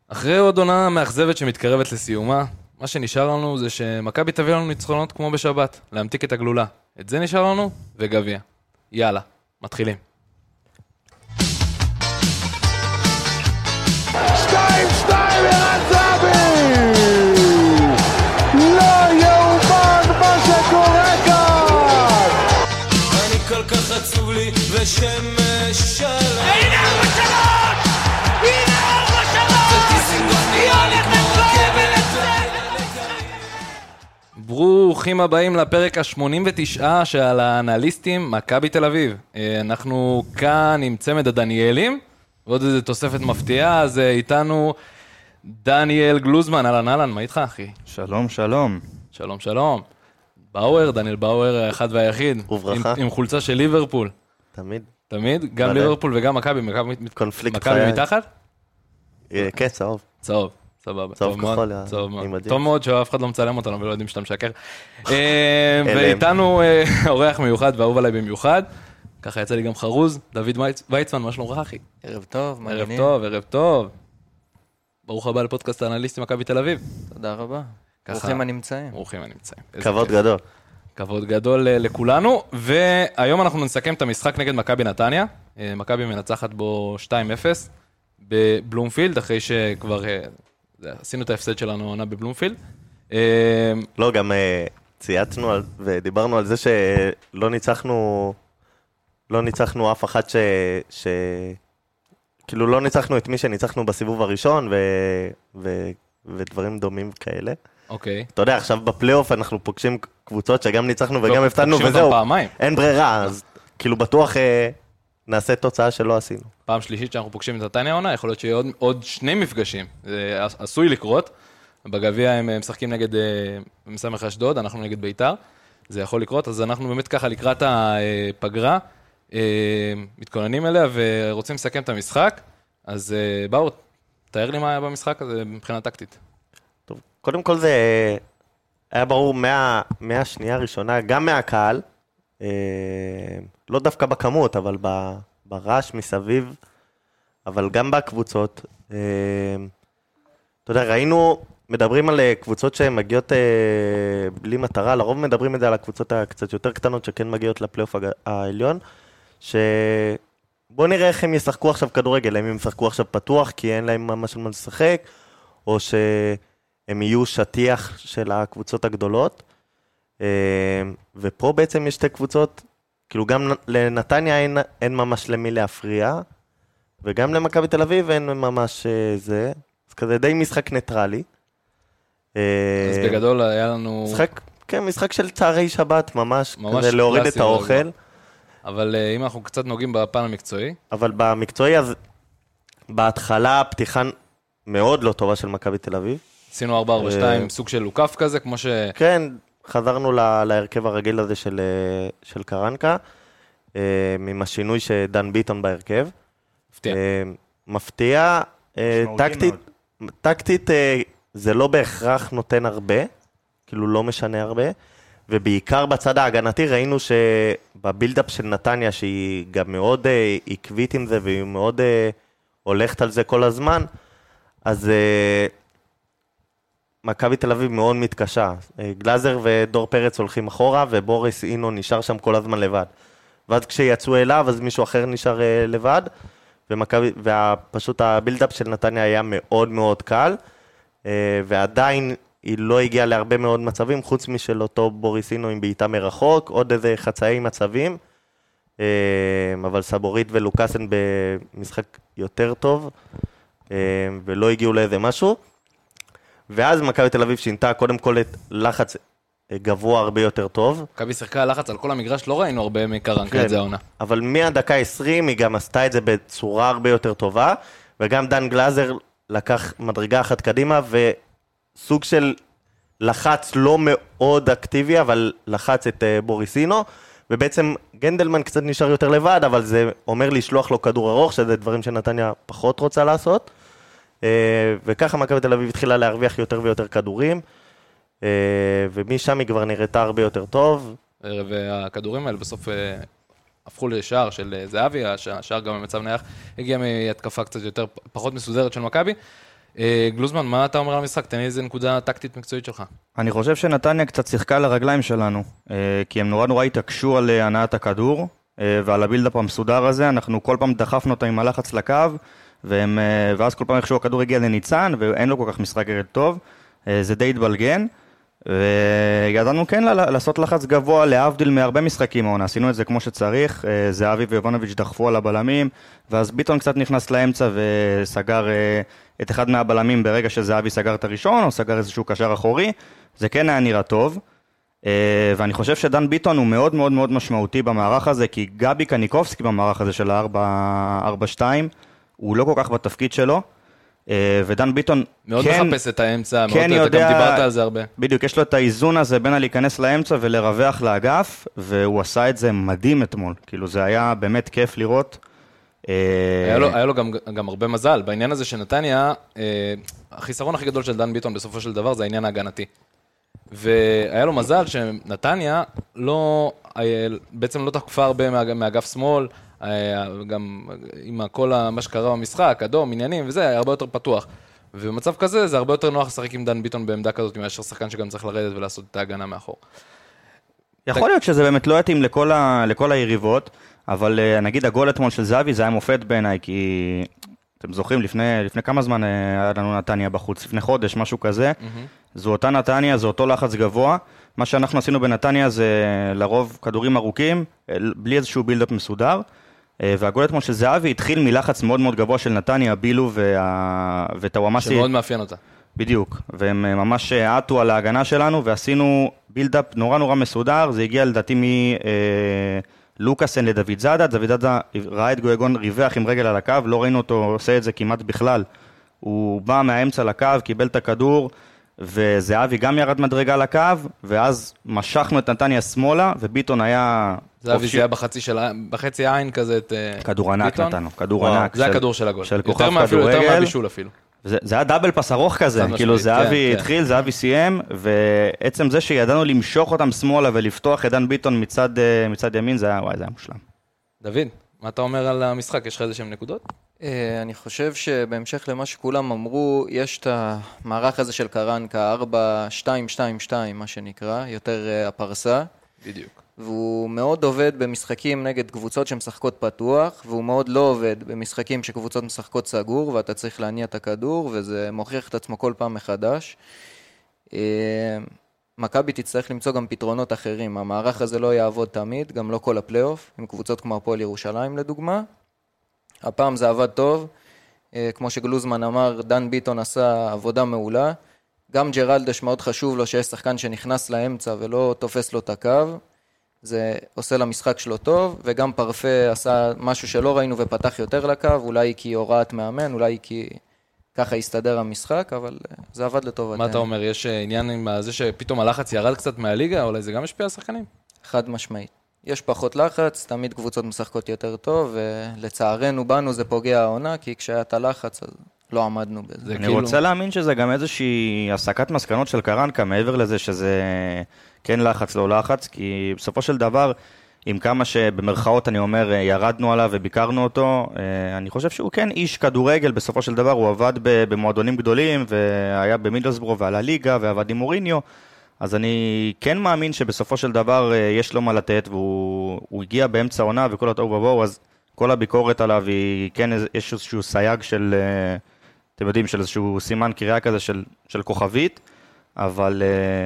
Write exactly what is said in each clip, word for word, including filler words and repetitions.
אחרי עוד עונה מאכזבת שמתקרבת לסיומה, מה שנשאר לנו זה שמכבי תביא לנו ניצחונות כמו בשבת, להמתיק את הגלולה. את זה נשאר לנו וגביע. יאללה, מתחילים. שתיים שתיים ערן זהבי! לא יאומן מה שקורה כאן! אני כל כך עצוב לי ושמש שלם. הנה ארבע שלוש! הנה ארבע שלוש! זה טיסינגוף נראה לי כמו רכבת ברוכים הבאים לפרק ה-שמונים ותשע של האנליסטים מכבי תל אביב. אנחנו כאן עם צמד הדניאלים, ועוד איזו תוספת מפתיעה, אז איתנו דניאל גלוזמן. אהלן אהלן, מה איתך אחי? שלום שלום. שלום שלום. באואר, דניאל באואר האחד והיחיד. וברכה. עם, עם חולצה של ליברפול. תמיד. תמיד? גם מלא. ליברפול וגם מכבי. מכבי קונפליקט מכבי חיי. מתחת? אה, כן, צהוב. צהוב. סבבה. צהוב טוב מאוד, כחול, יא, טוב מאוד. עם מדים. טוב מאוד שאף אחד לא מצלם אותנו ולא יודעים שאתה משקר. אה, ואיתנו אה, אורח מיוחד ואהוב עליי במיוחד. ככה יצא לי גם חרוז. דוד ויצמן, מה שלומך אחי? ערב טוב, ערב מעניינים. טוב, ערב טוב. ברוך הבא לפודקאסט האנליסטים מכבי תל אביב. תודה רבה. ככה. ברוכים הנמצאים. ברוכים הנמצאים. איזה כבוד כיף. גדול. כבוד גדול אה, לכולנו, והיום אנחנו נסכם את המשחק נגד מכבי נתניה. אה, מכבי מנצחת בו שתיים אפס בבלומפילד, אחרי שכבר אה, זה, עשינו את ההפסד שלנו עונה בבלומפילד. אה, לא, גם אה, צייצנו על- ודיברנו על זה שלא ניצחנו, לא ניצחנו אף אחד ש... ש... כאילו לא ניצחנו את מי שניצחנו בסיבוב הראשון ו... ו... ודברים דומים כאלה. אוקיי. אתה יודע, עכשיו בפלייאוף אנחנו פוגשים קבוצות שגם ניצחנו וגם לא, הפסדנו פוגשים אותם וזהו. פעמיים. אין ברירה, אז כאילו בטוח אה, נעשה תוצאה שלא עשינו. פעם שלישית שאנחנו פוגשים את נתניה עונה, יכול להיות שיהיה עוד, עוד שני מפגשים. זה עשוי לקרות. בגביע הם אה, משחקים נגד אה, מסמך אשדוד, אנחנו נגד ביתר. זה יכול לקרות, אז אנחנו באמת ככה לקראת הפגרה, אה, מתכוננים אליה ורוצים לסכם את המשחק. אז אה, באו, תאר לי מה היה במשחק הזה מבחינה טקטית. טוב, קודם כל זה היה ברור מה, מהשנייה הראשונה, גם מהקהל, אה, לא דווקא בכמות, אבל ב, ברעש מסביב, אבל גם בקבוצות. אה, אתה יודע, ראינו, מדברים על אה, קבוצות שהן מגיעות אה, בלי מטרה, לרוב מדברים את זה על הקבוצות הקצת יותר קטנות שכן מגיעות לפלייאוף הג- העליון, שבוא נראה איך הם ישחקו עכשיו כדורגל, האם הם ישחקו עכשיו פתוח כי אין להם ממש על מה לשחק, או שהם יהיו שטיח של הקבוצות הגדולות. אה, ופה בעצם יש שתי קבוצות, כאילו גם לנתניה אין, אין ממש למי להפריע, וגם למכבי תל אביב אין ממש אה, זה, אז כזה די משחק ניטרלי. אה, אז בגדול היה לנו... משחק, כן, משחק של צהרי שבת ממש, ממש כזה להוריד קלאסי, את האוכל, אבל אה, אם אנחנו קצת נוגעים בפן המקצועי, אבל במקצועי אז בהתחלה פתיחה מאוד לא טובה של מכבי תל אביב. עשינו ארבע ארבע שתיים, אה, סוג של לוקף כזה, כמו ש... כן, חזרנו ל- להרכב הרגיל הזה של, אה, של קרנקה, אה, עם השינוי שדן ביטון בהרכב. הפתיע. אה, מפתיע, אה, משמעותי טקטית, טקטית אה, זה לא בהכרח נותן הרבה, כאילו לא משנה הרבה, ובעיקר בצד ההגנתי ראינו שבבילדאפ של נתניה, שהיא גם מאוד אה, עקבית עם זה, והיא מאוד אה, הולכת על זה כל הזמן, אז אה, מכבי תל אביב מאוד מתקשה. אה, גלאזר ודור פרץ הולכים אחורה, ובוריס אינו נשאר שם כל הזמן לבד. ואז כשיצאו אליו, אז מישהו אחר נשאר אה, לבד, ומכבי, ופשוט הבילדאפ של נתניה היה מאוד מאוד קל, אה, ועדיין היא לא הגיעה להרבה מאוד מצבים, חוץ משל אותו בוריסינו עם בעיטה מרחוק, עוד איזה חצאי מצבים, אה, אבל סבורית ולוקאסן במשחק יותר טוב, אה, ולא הגיעו לאיזה משהו. ואז מכבי תל אביב שינתה קודם כל את לחץ גבוה הרבה יותר טוב, מכבי שיחקה לחץ על כל המגרש, לא ראינו הרבה מקרנקה את זה העונה. אבל מהדקה עשרים היא גם עשתה את זה בצורה הרבה יותר טובה, וגם דן גלאזר לקח מדרגה אחת קדימה, וסוג של לחץ לא מאוד אקטיבי, אבל לחץ את uh, בוריסינו, ובעצם גנדלמן קצת נשאר יותר לבד, אבל זה אומר לשלוח לו כדור ארוך, שזה דברים שנתניה פחות רוצה לעשות, uh, וככה מכבי תל אביב התחילה להרוויח יותר ויותר כדורים, uh, ומשם היא כבר נראתה הרבה יותר טוב. והכדורים האלה בסוף הפכו לשער של זהבי, השער גם במצב נייח, הגיע מהתקפה קצת יותר, פחות מסודרת של מכבי. גלוזמן, מה אתה אומר על המשחק? תן לי איזה נקודה טקטית מקצועית שלך. אני חושב שנתניה קצת שיחקה לרגליים שלנו, כי הם נורא נורא התעקשו על הנעת הכדור, ועל הבילדאפ המסודר הזה, אנחנו כל פעם דחפנו אותם עם הלחץ לקו, והם, ואז כל פעם איכשהו הכדור הגיע לניצן, ואין לו כל כך משחק רגל טוב, זה די התבלגן, וידענו כן לעשות לחץ גבוה להבדיל מהרבה משחקים העונה, עשינו את זה כמו שצריך, זהבי ויובנוביץ' דחפו על הבלמים, ואז ביטון קצת נכנס לאמצע וסגר את אחד מהבלמים ברגע שזהבי סגר את הראשון, או סגר איזשהו קשר אחורי, זה כן היה נראה טוב, ואני חושב שדן ביטון הוא מאוד מאוד מאוד משמעותי במערך הזה, כי גבי קניקובסקי במערך הזה של ה-ארבע שתיים, הוא לא כל כך בתפקיד שלו, ודן ביטון מאוד כן, מחפש את האמצע, כן מאוד, יודע, אתה גם דיברת על זה הרבה. בדיוק, יש לו את האיזון הזה בין להיכנס לאמצע ולרווח לאגף, והוא עשה את זה מדהים אתמול, כאילו זה היה באמת כיף לראות. היה לו, היה לו גם, גם הרבה מזל, בעניין הזה שנתניה, החיסרון הכי גדול של דן ביטון בסופו של דבר זה העניין ההגנתי. והיה לו מזל שנתניה לא, בעצם לא תקפה הרבה מאגף שמאל, גם עם כל מה שקרה במשחק, אדום, עניינים וזה, היה הרבה יותר פתוח. ובמצב כזה זה הרבה יותר נוח לשחק עם דן ביטון בעמדה כזאת, מאשר שחקן שגם צריך לרדת ולעשות את ההגנה מאחור. יכול להיות שזה באמת לא יתאים לכל, ה, לכל היריבות, אבל נגיד הגול אתמול של זהבי זה היה מופת בעיניי, כי אתם זוכרים, לפני, לפני כמה זמן היה לנו נתניה בחוץ, לפני חודש, משהו כזה, mm-hmm. זו אותה נתניה, זו אותו לחץ גבוה, מה שאנחנו עשינו בנתניה זה לרוב כדורים ארוכים, בלי איזשהו בילדאפ מסודר, והגול אתמול של זהבי התחיל מלחץ מאוד מאוד גבוה של נתניה, בילו וה... וטוואמאסי. שמאוד מאפיין אותה. בדיוק, והם ממש עטו על ההגנה שלנו, ועשינו בילדאפ נורא נורא מסודר, זה הגיע לדעתי מלוקאסן לדוד זאדה, דוד זאדה ראה את גויגון ריווח עם רגל על הקו, לא ראינו אותו עושה את זה כמעט בכלל, הוא בא מהאמצע לקו, קיבל את הכדור, וזהבי גם ירד מדרגה לקו, ואז משכנו את נתניה שמאלה, וביטון היה... זהבי זה היה בחצי, של... בחצי עין כזה את כדור ענק נתנו, כדור ענק. זה הכדור של הגול. של יותר מהבישול, יותר מהבישול אפילו. זה, זה היה דאבל פס ארוך כזה, כאילו זהבי כן, התחיל, כן. זהבי סיים, ועצם זה שידענו למשוך אותם שמאלה ולפתוח את דן ביטון מצד, מצד ימין, זה היה, וואי, זה היה מושלם. דוד, מה אתה אומר על המשחק? יש לך איזה שהם נקודות? אני חושב שבהמשך למה שכולם אמרו, יש את המערך הזה של קרנקה, ארבע שתיים שתיים שתיים, מה שנקרא, יותר הפרסה. בדיוק. והוא מאוד עובד במשחקים נגד קבוצות שמשחקות פתוח, והוא מאוד לא עובד במשחקים שקבוצות משחקות סגור, ואתה צריך להניע את הכדור, וזה מוכיח את עצמו כל פעם מחדש. מכבי תצטרך למצוא גם פתרונות אחרים, המערך הזה לא יעבוד תמיד, גם לא כל הפלייאוף, עם קבוצות כמו הפועל ירושלים לדוגמה. הפעם זה עבד טוב, כמו שגלוזמן אמר, דן ביטון עשה עבודה מעולה, גם ג'רלדש מאוד חשוב לו שיש שחקן שנכנס לאמצע ולא תופס לו את הקו, זה עושה למשחק שלו טוב, וגם פרפה עשה משהו שלא ראינו ופתח יותר לקו, אולי כי הוראת מאמן, אולי כי ככה יסתדר המשחק, אבל זה עבד לטוב. מה אתה אומר, יש עניין עם זה שפתאום הלחץ ירד קצת מהליגה, אולי זה גם משפיע על שחקנים? חד משמעית. יש פחות לחץ, תמיד קבוצות משחקות יותר טוב, ולצערנו בנו זה פוגע העונה, כי כשהיה את הלחץ אז לא עמדנו בזה. אני כאילו... רוצה להאמין שזה גם איזושהי הסקת מסקנות של קרנקה, מעבר לזה שזה כן לחץ, לא לחץ, כי בסופו של דבר, עם כמה שבמרכאות אני אומר, ירדנו עליו וביקרנו אותו, אני חושב שהוא כן איש כדורגל, בסופו של דבר הוא עבד במועדונים גדולים, והיה במידלסבורו ועל הליגה, ועבד עם מוריניו, אז אני כן מאמין שבסופו של דבר יש לו מה לתת, והוא הגיע באמצע העונה וכל הטוב ובואו, אז כל הביקורת עליו היא כן יש איזשהו סייג של, אתם יודעים, של איזשהו סימן קריאה כזה של, של כוכבית, אבל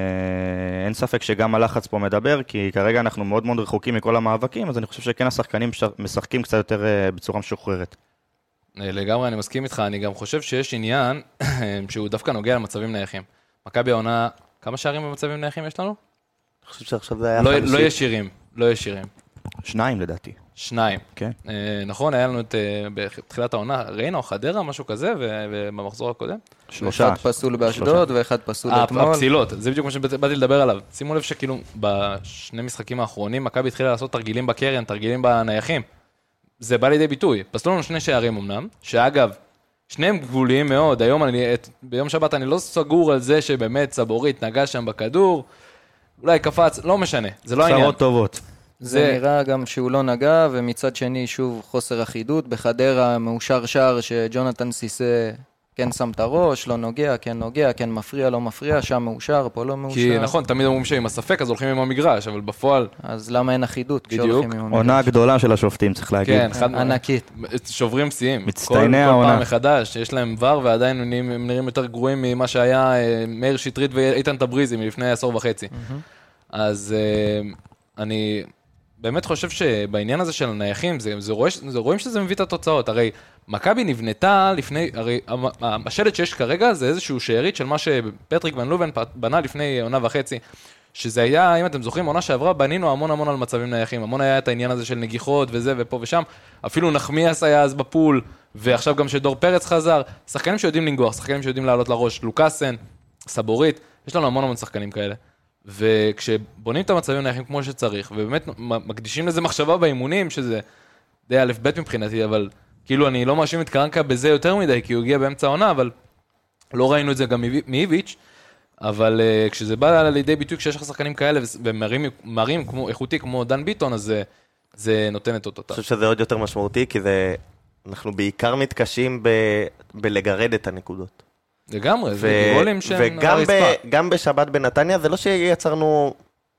אה, אין ספק שגם הלחץ פה מדבר, כי כרגע אנחנו מאוד מאוד רחוקים מכל המאבקים, אז אני חושב שכן השחקנים משחקים קצת יותר אה, בצורה משוחררת. לגמרי, אני מסכים איתך, אני גם חושב שיש עניין שהוא דווקא נוגע למצבים נייחים. מכבי העונה, כמה שערים במצבים נייחים יש לנו? אני חושב שעכשיו זה היה לא, חמישי. לא ישירים, לא ישירים. שניים לדעתי. שניים. כן. אה, נכון, היה לנו את, אה, בתחילת העונה, ריינה או חדרה, משהו כזה, ובמחזור הקודם. שלושה. אחד פסול באשדוד ואחד פסול אתמול. הפסילות, זה בדיוק מה שבאתי לדבר עליו. שימו לב שכאילו בשני משחקים האחרונים, מכבי התחילה לעשות תרגילים בקרן, תרגילים בנייחים. זה בא לידי ביטוי. פסלו לנו שני שערים אמנם, שאגב, שניהם גבוליים מאוד. היום אני, את, ביום שבת אני לא סגור על זה שבאמת סבורית נגע שם בכדור, אולי קפץ, לא משנה, זה לא העניין. צרות טובות. זה נראה גם שהוא לא נגע, ומצד שני שוב חוסר אחידות. בחדרה מאושר שער שג'ונתן סיסה כן שם את הראש, לא נוגע, כן נוגע, כן מפריע, לא מפריע, שם מאושר, פה לא מאושר. כי נכון, תמיד אומרים שעם הספק אז הולכים עם המגרש, אבל בפועל... אז למה אין אחידות בדיוק. כשהולכים עם המגרש? עונה גדולה של השופטים, צריך להגיד. כן, חד... ענקית. שוברים שיאים. מצטייני כל, העונה. כל פעם מחדש, יש להם ור ועדיין הם נראים, הם נראים יותר גרועים ממה שהיה אה, מאיר שטרית ואיתן תבריזי מלפני עשור וחצי. Mm-hmm. אז אה, אני באמת חושב שבעניין הזה של הנייחים, זה, זה, רואה, זה רואים שזה מביא את התוצאות. הרי מכבי נבנתה לפני, הרי השלט שיש כרגע זה איזשהו שארית של מה שפטריק ון לובן בנה לפני עונה וחצי, שזה היה, אם אתם זוכרים, עונה שעברה, בנינו המון המון על מצבים נייחים, המון היה את העניין הזה של נגיחות וזה ופה ושם, אפילו נחמיאס היה אז בפול, ועכשיו גם שדור פרץ חזר, שחקנים שיודעים לנגוח, שחקנים שיודעים לעלות לראש, לוקאסן, סבורית, יש לנו המון המון שחקנים כאלה. וכשבונים את המצבים נייחים כמו שצריך, ובאמת מקדישים לזה מחשבה באימונים, שזה די א' ב' מבחינתי, אבל כאילו אני לא מאשים את קרנקה בזה יותר מדי, כי הוא הגיע באמצע העונה, אבל לא ראינו את זה גם מאיביץ', אבל uh, כשזה בא לידי ביטוי כשיש לך שחקנים כאלה, ומראים כמו, איכותי כמו דן ביטון, אז זה, זה נותן את אותה. אני חושב שזה עוד יותר משמעותי, כי זה, אנחנו בעיקר מתקשים ב, בלגרד את הנקודות. לגמרי, זה גולים שהם וגם גם בשבת בנתניה, זה לא שיצרנו,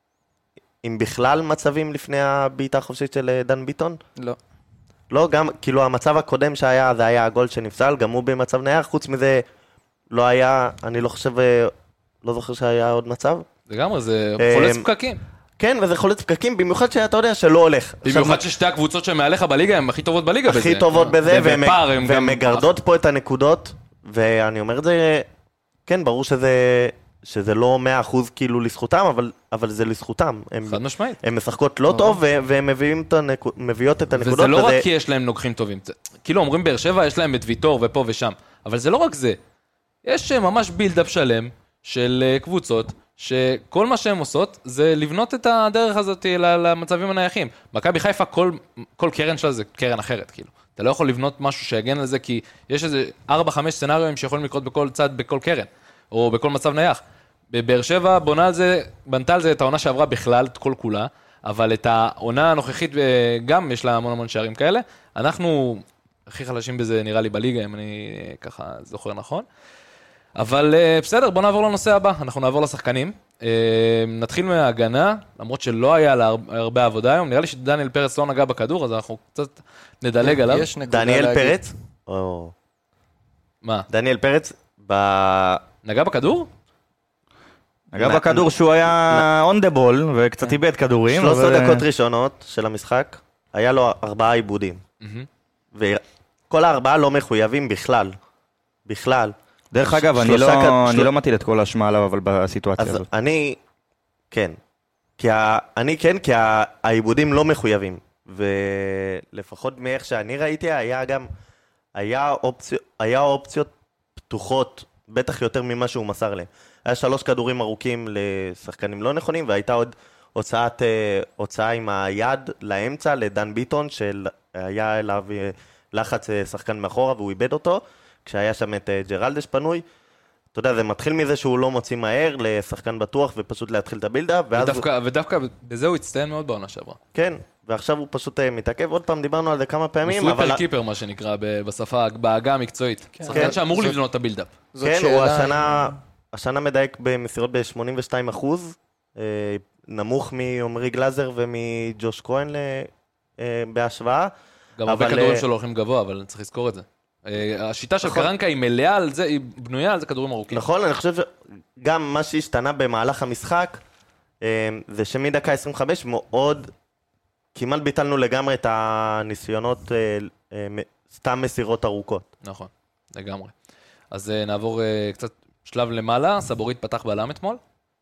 אם בכלל מצבים לפני הבעיטה החופשית של דן ביטון? לא. לא, גם, כאילו המצב הקודם שהיה, זה היה הגול שנפסל, גם הוא במצב נייח, חוץ מזה לא היה, אני לא חושב, לא זוכר שהיה עוד מצב. לגמרי, זה חולץ פקקים. כן, וזה חולץ פקקים, במיוחד שאתה יודע שלא הולך. במיוחד ששתי הקבוצות שמעליך בליגה, הן הכי טובות בליגה בזה. הכי טובות בזה, והן מגרדות פה את הנקודות, ואני אומר את זה, כן, ברור שזה... שזה לא מאה אחוז כאילו לזכותם, אבל, אבל זה לזכותם. חד משמעית. הן משחקות לא טוב, והן מביאות את הנקודות. וזה לא רק כי יש להם נוגחים טובים. כאילו אומרים באר שבע, יש להם את ויטור ופה ושם. אבל זה לא רק זה. יש ממש בילדאפ שלם של קבוצות, שכל מה שהן עושות, זה לבנות את הדרך הזאת למצבים הנייחים. מכבי חיפה, כל, כל קרן שלה זה קרן אחרת, כאילו. אתה לא יכול לבנות משהו שיגן על זה, כי יש איזה ארבע חמש סצנריונים שיכולים לקרות בכל צד, בכל קרן. או בכל מצב נייח. בבאר שבע בונה על זה, בנתה על זה את העונה שעברה בכלל, את כל כולה, אבל את העונה הנוכחית גם יש לה המון המון שערים כאלה. אנחנו הכי חלשים בזה נראה לי בליגה, אם אני ככה זוכר נכון. אבל בסדר, בוא נעבור לנושא הבא, אנחנו נעבור לשחקנים. נתחיל מההגנה, למרות שלא היה לה הרבה עבודה היום, נראה לי שדניאל פרץ לא נגע בכדור, אז אנחנו קצת נדלג עליו. דניאל פרץ? מה? דניאל פרץ? ב... נגע בכדור? נגע בכדור שהוא היה on the ball וקצת איבד כדורים. שלוש עשרה דקות ראשונות של המשחק, היה לו ארבעה עיבודים. וכל הארבעה לא מחויבים בכלל. בכלל. דרך אגב, אני לא מטיל את כל האשמה עליו, אבל בסיטואציה הזאת. אז אני, כן. אני כן, כי העיבודים לא מחויבים. ולפחות מאיך שאני ראיתי, היה גם, היה אופציות פתוחות, בטח יותר ממה שהוא מסר להם. היה שלוש כדורים ארוכים לשחקנים לא נכונים, והייתה עוד הוצאת, הוצאה עם היד לאמצע לדן ביטון, שהיה אליו לחץ שחקן מאחורה והוא איבד אותו, כשהיה שם את ג'רלדש פנוי. אתה יודע, זה מתחיל מזה שהוא לא מוציא מהר לשחקן בטוח ופשוט להתחיל את הבילדה. ודווקא, ודווקא בזה הוא הצטיין מאוד בעונה שעברה. כן, ועכשיו הוא פשוט מתעכב. עוד פעם דיברנו על זה כמה פעמים. הוא סוויפר קיפר, מה שנקרא, בשפה, בעגה המקצועית. שחקן שאמור לבנות את הבילדאפ. כן, הוא השנה, השנה מדייק במסירות ב-שמונים ושתיים אחוז, נמוך מעומרי גלאזר ומג'וש כהן בהשוואה. גם הרבה כדורים שלו הולכים גבוה, אבל צריך לזכור את זה. השיטה של קרנקה היא מלאה על זה, היא בנויה על זה כדורים ארוכים. נכון, אני חושב שגם מה שהשתנה במהלך המשחק, זה שמדקה עשרים וחמש מאוד, כמעט ביטלנו לגמרי את הניסיונות, סתם מסירות ארוכות. נכון, לגמרי. אז נעבור קצת שלב למעלה, סבורית פתח בלם אתמול.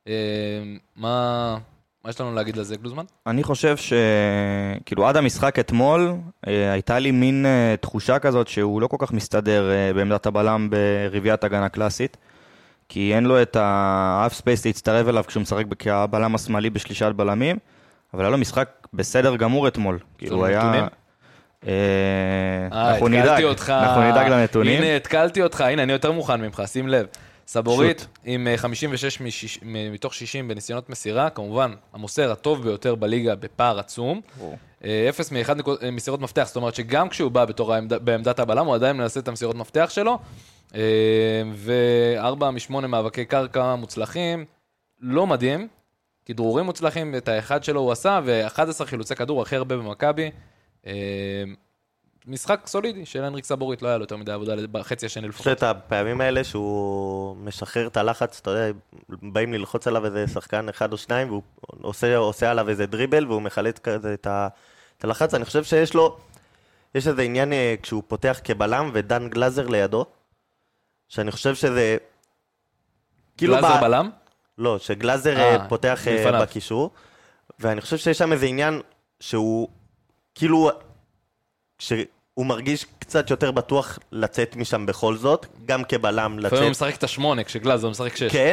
מה... מה יש לנו להגיד לזה, גלוזמן? אני חושב שכאילו עד המשחק אתמול, הייתה לי מין תחושה כזאת שהוא לא כל כך מסתדר בעמדת הבלם ברביעת הגנה קלאסית, כי אין לו את ה-half space להצטרף אליו כשהוא משחק כבלם השמאלי בשלישת בלמים, אבל היה לו משחק בסדר גמור אתמול. כאילו היה... אנחנו נדאג, אנחנו נדאג לנתונים. הנה, התקלתי אותך, הנה, אני יותר מוכן ממך, שים לב. סבורית עם חמישים ושש מתוך שישים בניסיונות מסירה, כמובן המוסר הטוב ביותר בליגה בפער עצום, אפס מאחד מסירות מפתח, זאת אומרת שגם כשהוא בא בתור בעמדת הבלם, הוא עדיין מנסה את המסירות מפתח שלו, וארבע משמונה מאבקי קרקע מוצלחים, לא מדהים, כדרורים מוצלחים, את האחד שלו הוא עשה, ו-אחד עשר חילוצי כדור הכי הרבה במכבי. משחק סולידי של הנריק סבורית, לא היה לו יותר מדי עבודה בחצי השני לפחות. יש את הפעמים האלה שהוא משחרר את הלחץ, אתה יודע, באים ללחוץ עליו איזה שחקן אחד או שניים, והוא עושה, עושה עליו איזה דריבל, והוא מחלץ כזה את, ה, את הלחץ. אני חושב שיש לו, יש איזה עניין כשהוא פותח כבלם, ודן גלאזר לידו, שאני חושב שזה... גלאזר כאילו בלם? לא, שגלאזר 아, פותח מלפניו. בקישור, ואני חושב שיש שם איזה עניין שהוא כאילו... שהוא מרגיש קצת יותר בטוח לצאת משם בכל זאת, גם כבלם לצאת. לפעמים הוא משחק את השמונה, כשגלאזר משחק שש. כן,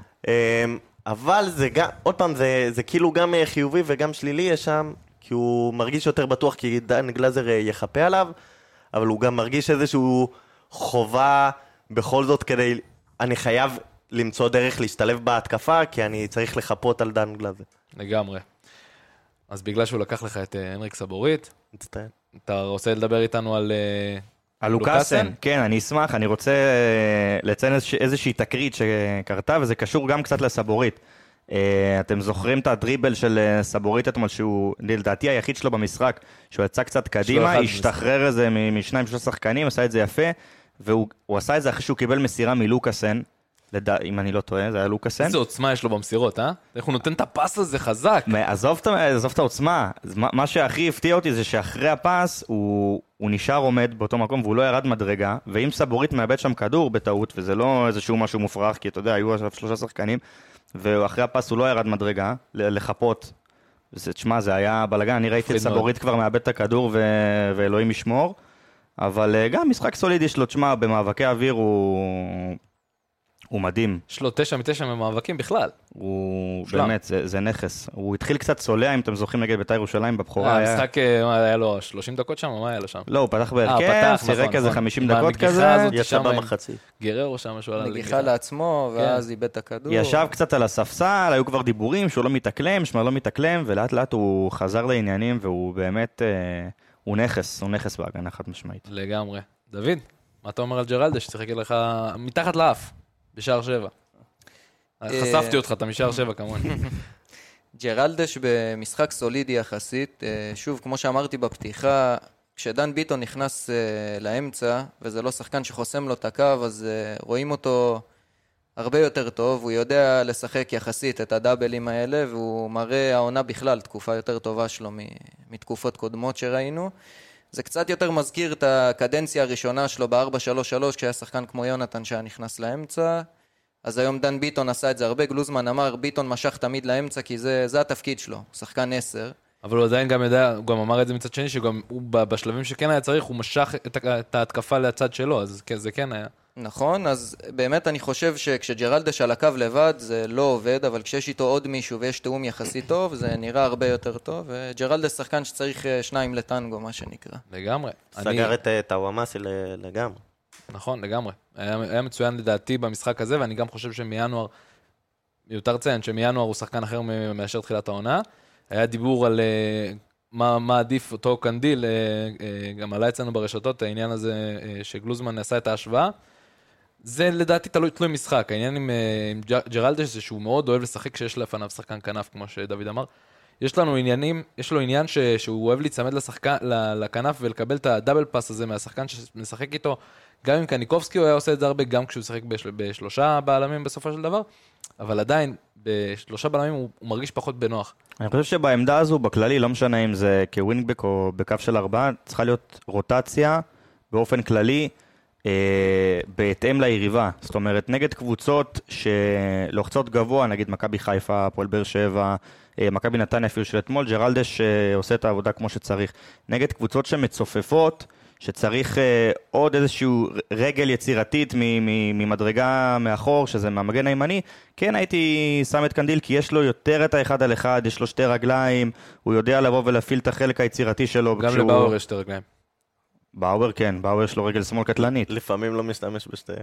אבל זה גם, עוד פעם, זה, זה כאילו גם חיובי וגם שלילי יש שם, כי הוא מרגיש יותר בטוח, כי דן גלאזר יחפה עליו, אבל הוא גם מרגיש איזשהו חובה בכל זאת כדי, אני חייב למצוא דרך להשתלב בהתקפה, כי אני צריך לחפות על דן גלאזר. לגמרי. אז בגלל שהוא לקח לך את הנריק סבורית, מצטער. אתה רוצה לדבר איתנו על... על לוקאסן? כן, אני אשמח, אני רוצה לציין איזושהי תקרית שקרתה, וזה קשור גם קצת לסבורית. אתם זוכרים את הדריבל של סבורית אתמול, שהוא לדעתי היחיד שלו במשחק, שהוא יצא קצת קדימה, השתחרר איזה משניים שלושה שחקנים, עשה את זה יפה, והוא עשה את זה אחרי שהוא קיבל מסירה מלוקאסן, אם אני לא טועה, זה היה לוקאסן. איזה עוצמה יש לו במסירות, אה? איך הוא נותן את הפס הזה חזק. עזוב את העוצמה, מה שהכי הפתיע אותי זה שאחרי הפס הוא נשאר עומד באותו מקום והוא לא ירד מדרגה, ואם סבורית מאבד שם כדור בטעות, וזה לא איזשהו משהו מופרך, כי אתה יודע, היו עכשיו שלושה שחקנים, ואחרי הפס הוא לא ירד מדרגה לחפות. תשמע, זה היה בלגן, אני ראיתי את סבורית כבר מאבד את הכדור ואלוהים ישמור, אבל גם משחק סולידי שלו, תשמע, במאבקי אוויר הוא... הוא מדהים. יש לו תשע מתשע ממאבקים בכלל. הוא באמת, זה, זה נכס. הוא התחיל קצת סולע, אם אתם זוכרים נגד בית"ר ירושלים בבחורה. המשחק היה לו שלושים דקות שם, מה היה לו שם? לא, הוא פתח בהרכב, שיחק איזה חמישים דקות כזה. יצא במחצית. גררו שם משהו על הנגיחה. נגיחה לעצמו, ואז איבד את הכדור. ישב קצת על הספסל, היו כבר דיבורים שהוא לא מתאקלם, שמה לא מתאקלם, ולאט לאט הוא חזר לעניינים, והוא באמת, הוא נכס, הוא נכס בהגנה חד משמעית. לגמרי. דוד, מה אתה אומר על ג'רלדש? ששיחק לך מתחת לאף. בשער שבע. חשפתי אותך, אתה משער שבע כמוני. ג'רלדש במשחק סולידי יחסית, שוב, כמו שאמרתי בפתיחה, כשדן ביטון נכנס לאמצע, וזה לא שחקן שחוסם לו את הקו, אז רואים אותו הרבה יותר טוב, הוא יודע לשחק יחסית את הדאבלים האלה, והוא מראה העונה בכלל תקופה יותר טובה שלו מתקופות קודמות שראינו. זה קצת יותר מזכיר את הקדנציה הראשונה שלו ב-ארבע שלוש שלוש, כשהיה שחקן כמו יונתן שהיה נכנס לאמצע. אז היום דן ביטון עשה את זה הרבה, גלוזמן אמר, ביטון משך תמיד לאמצע, כי זה, זה התפקיד שלו, הוא שחקן עשר. אבל הוא עדיין גם יודע, הוא גם אמר את זה מצד שני, שגם הוא בשלבים שכן היה צריך, הוא משך את, את ההתקפה לצד שלו, אז זה כן היה. נכון, אז באמת אני חושב שכשג'רלדש על הקו לבד זה לא עובד, אבל כשיש איתו עוד מישהו ויש תאום יחסית טוב, זה נראה הרבה יותר טוב, וג'רלדש שחקן שצריך שניים לטנגו, מה שנקרא. לגמרי. סגר את טאוואמאסי לגמרי. נכון, לגמרי. היה, היה מצוין לדעתי במשחק הזה, ואני גם חושב שמינואר, מיותר ציין, שמינואר הוא שחקן אחר מאשר תחילת העונה. היה דיבור על מה, מה עדיף אותו קנדיל, גם עלה אצלנו ברשתות, העניין הזה שגלוזמן נעשה את ההשוואה. זה לדעתי תלוי, תלוי משחק. העניין עם, עם ג'רלדש זה שהוא מאוד אוהב לשחק כשיש לפניו שחקן כנף, כמו שדוד אמר. יש לנו עניינים, יש לו עניין ש, שהוא אוהב להצמד לשחקן, לכנף ולקבל את הדאבל פאס הזה מהשחקן שמשחק איתו. גם עם קניקובסקי הוא היה עושה את זה הרבה, גם כשהוא שחק בשל, בשלושה בעלמים בסופו של דבר, אבל עדיין בשלושה בעלמים הוא, הוא מרגיש פחות בנוח. אני חושב שבעמדה הזו, בכללי, לא משנה אם זה כווינגבק או בקו של ארבעה, צריכה להיות רוטציה באופן כללי, אה, בהתאם ליריבה. זאת אומרת, נגד קבוצות שלוחצות גבוה, נגיד מכבי חיפה, הפועל באר שבע, אה, מכבי נתניה אפילו של אתמול, ג'רלדש אה, עושה את העבודה כמו שצריך. נגד קבוצות שמצופפות, שצריך אה, עוד איזשהו רגל יצירתית ממדרגה מאחור, שזה מהמגן הימני, כן הייתי שם את קנדיל, כי יש לו יותר את האחד על אחד, יש לו שתי רגליים, הוא יודע לבוא ולהפעיל את החלק היצירתי שלו. גם כשהוא... לבאוור יש שתי רגליים. באוור כן, באוור יש לו רגל שמאל קטלנית. לפעמים לא משתמש בשתיהם.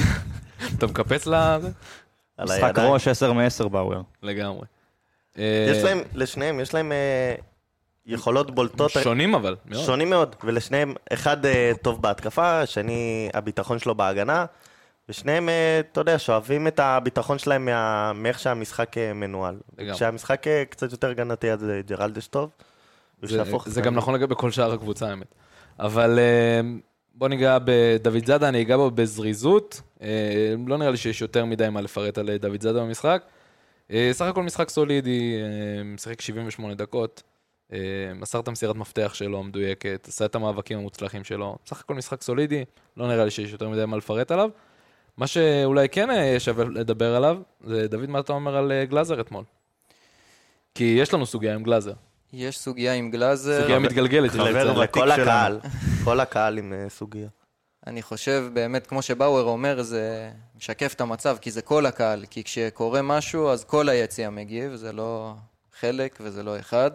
אתה מקפץ לזה? משחק ראש עשר מעשר באוור. לגמרי. יש להם, לשניהם, יש להם יכולות בולטות. שונים אבל, מאוד. שונים מאוד, ולשניהם, אחד אה, טוב בהתקפה, השני הביטחון שלו בהגנה, ושניהם, אה, אתה יודע, שואבים את הביטחון שלהם מה- מאיך שהמשחק אה, מנוהל. לגמרי. כשהמשחק אה, קצת יותר הגנתי, אז אה, ג'רלדש טוב. זה, ושהפוך זה שחקן. גם נכון לגבי כל שאר הקבוצה, האמת. אבל אה, בוא ניגע בדוד זאדה, אני אגע בו בזריזות. אה, לא נראה לי שיש יותר מדי מה לפרט על דוד זאדה במשחק. אה, סך הכל משחק סולידי, אה, משחק שבעים ושמונה דקות. אה, מסר את המסירת מפתח שלו, מדויקת, עשה את המאבקים המוצלחים שלו. סך הכל משחק סולידי, לא נראה לי שיש יותר מדי מה לפרט עליו. מה שאולי כן אה, שווה לדבר עליו, זה דוד, מה אתה אומר על אה, גלאזר אתמול? כי יש לנו סוגיה עם גלאזר. יש סוגיה עם גלאזר. סוגיה מתגלגלת. חבר יש לציין. לכל הקהל, כל הקהל עם אה, סוגיה. אני חושב באמת, כמו שבאואר אומר, זה משקף את המצב, כי זה כל הקהל, כי כשקורה משהו, אז כל היציע מגיב, זה לא חלק וזה לא אחד.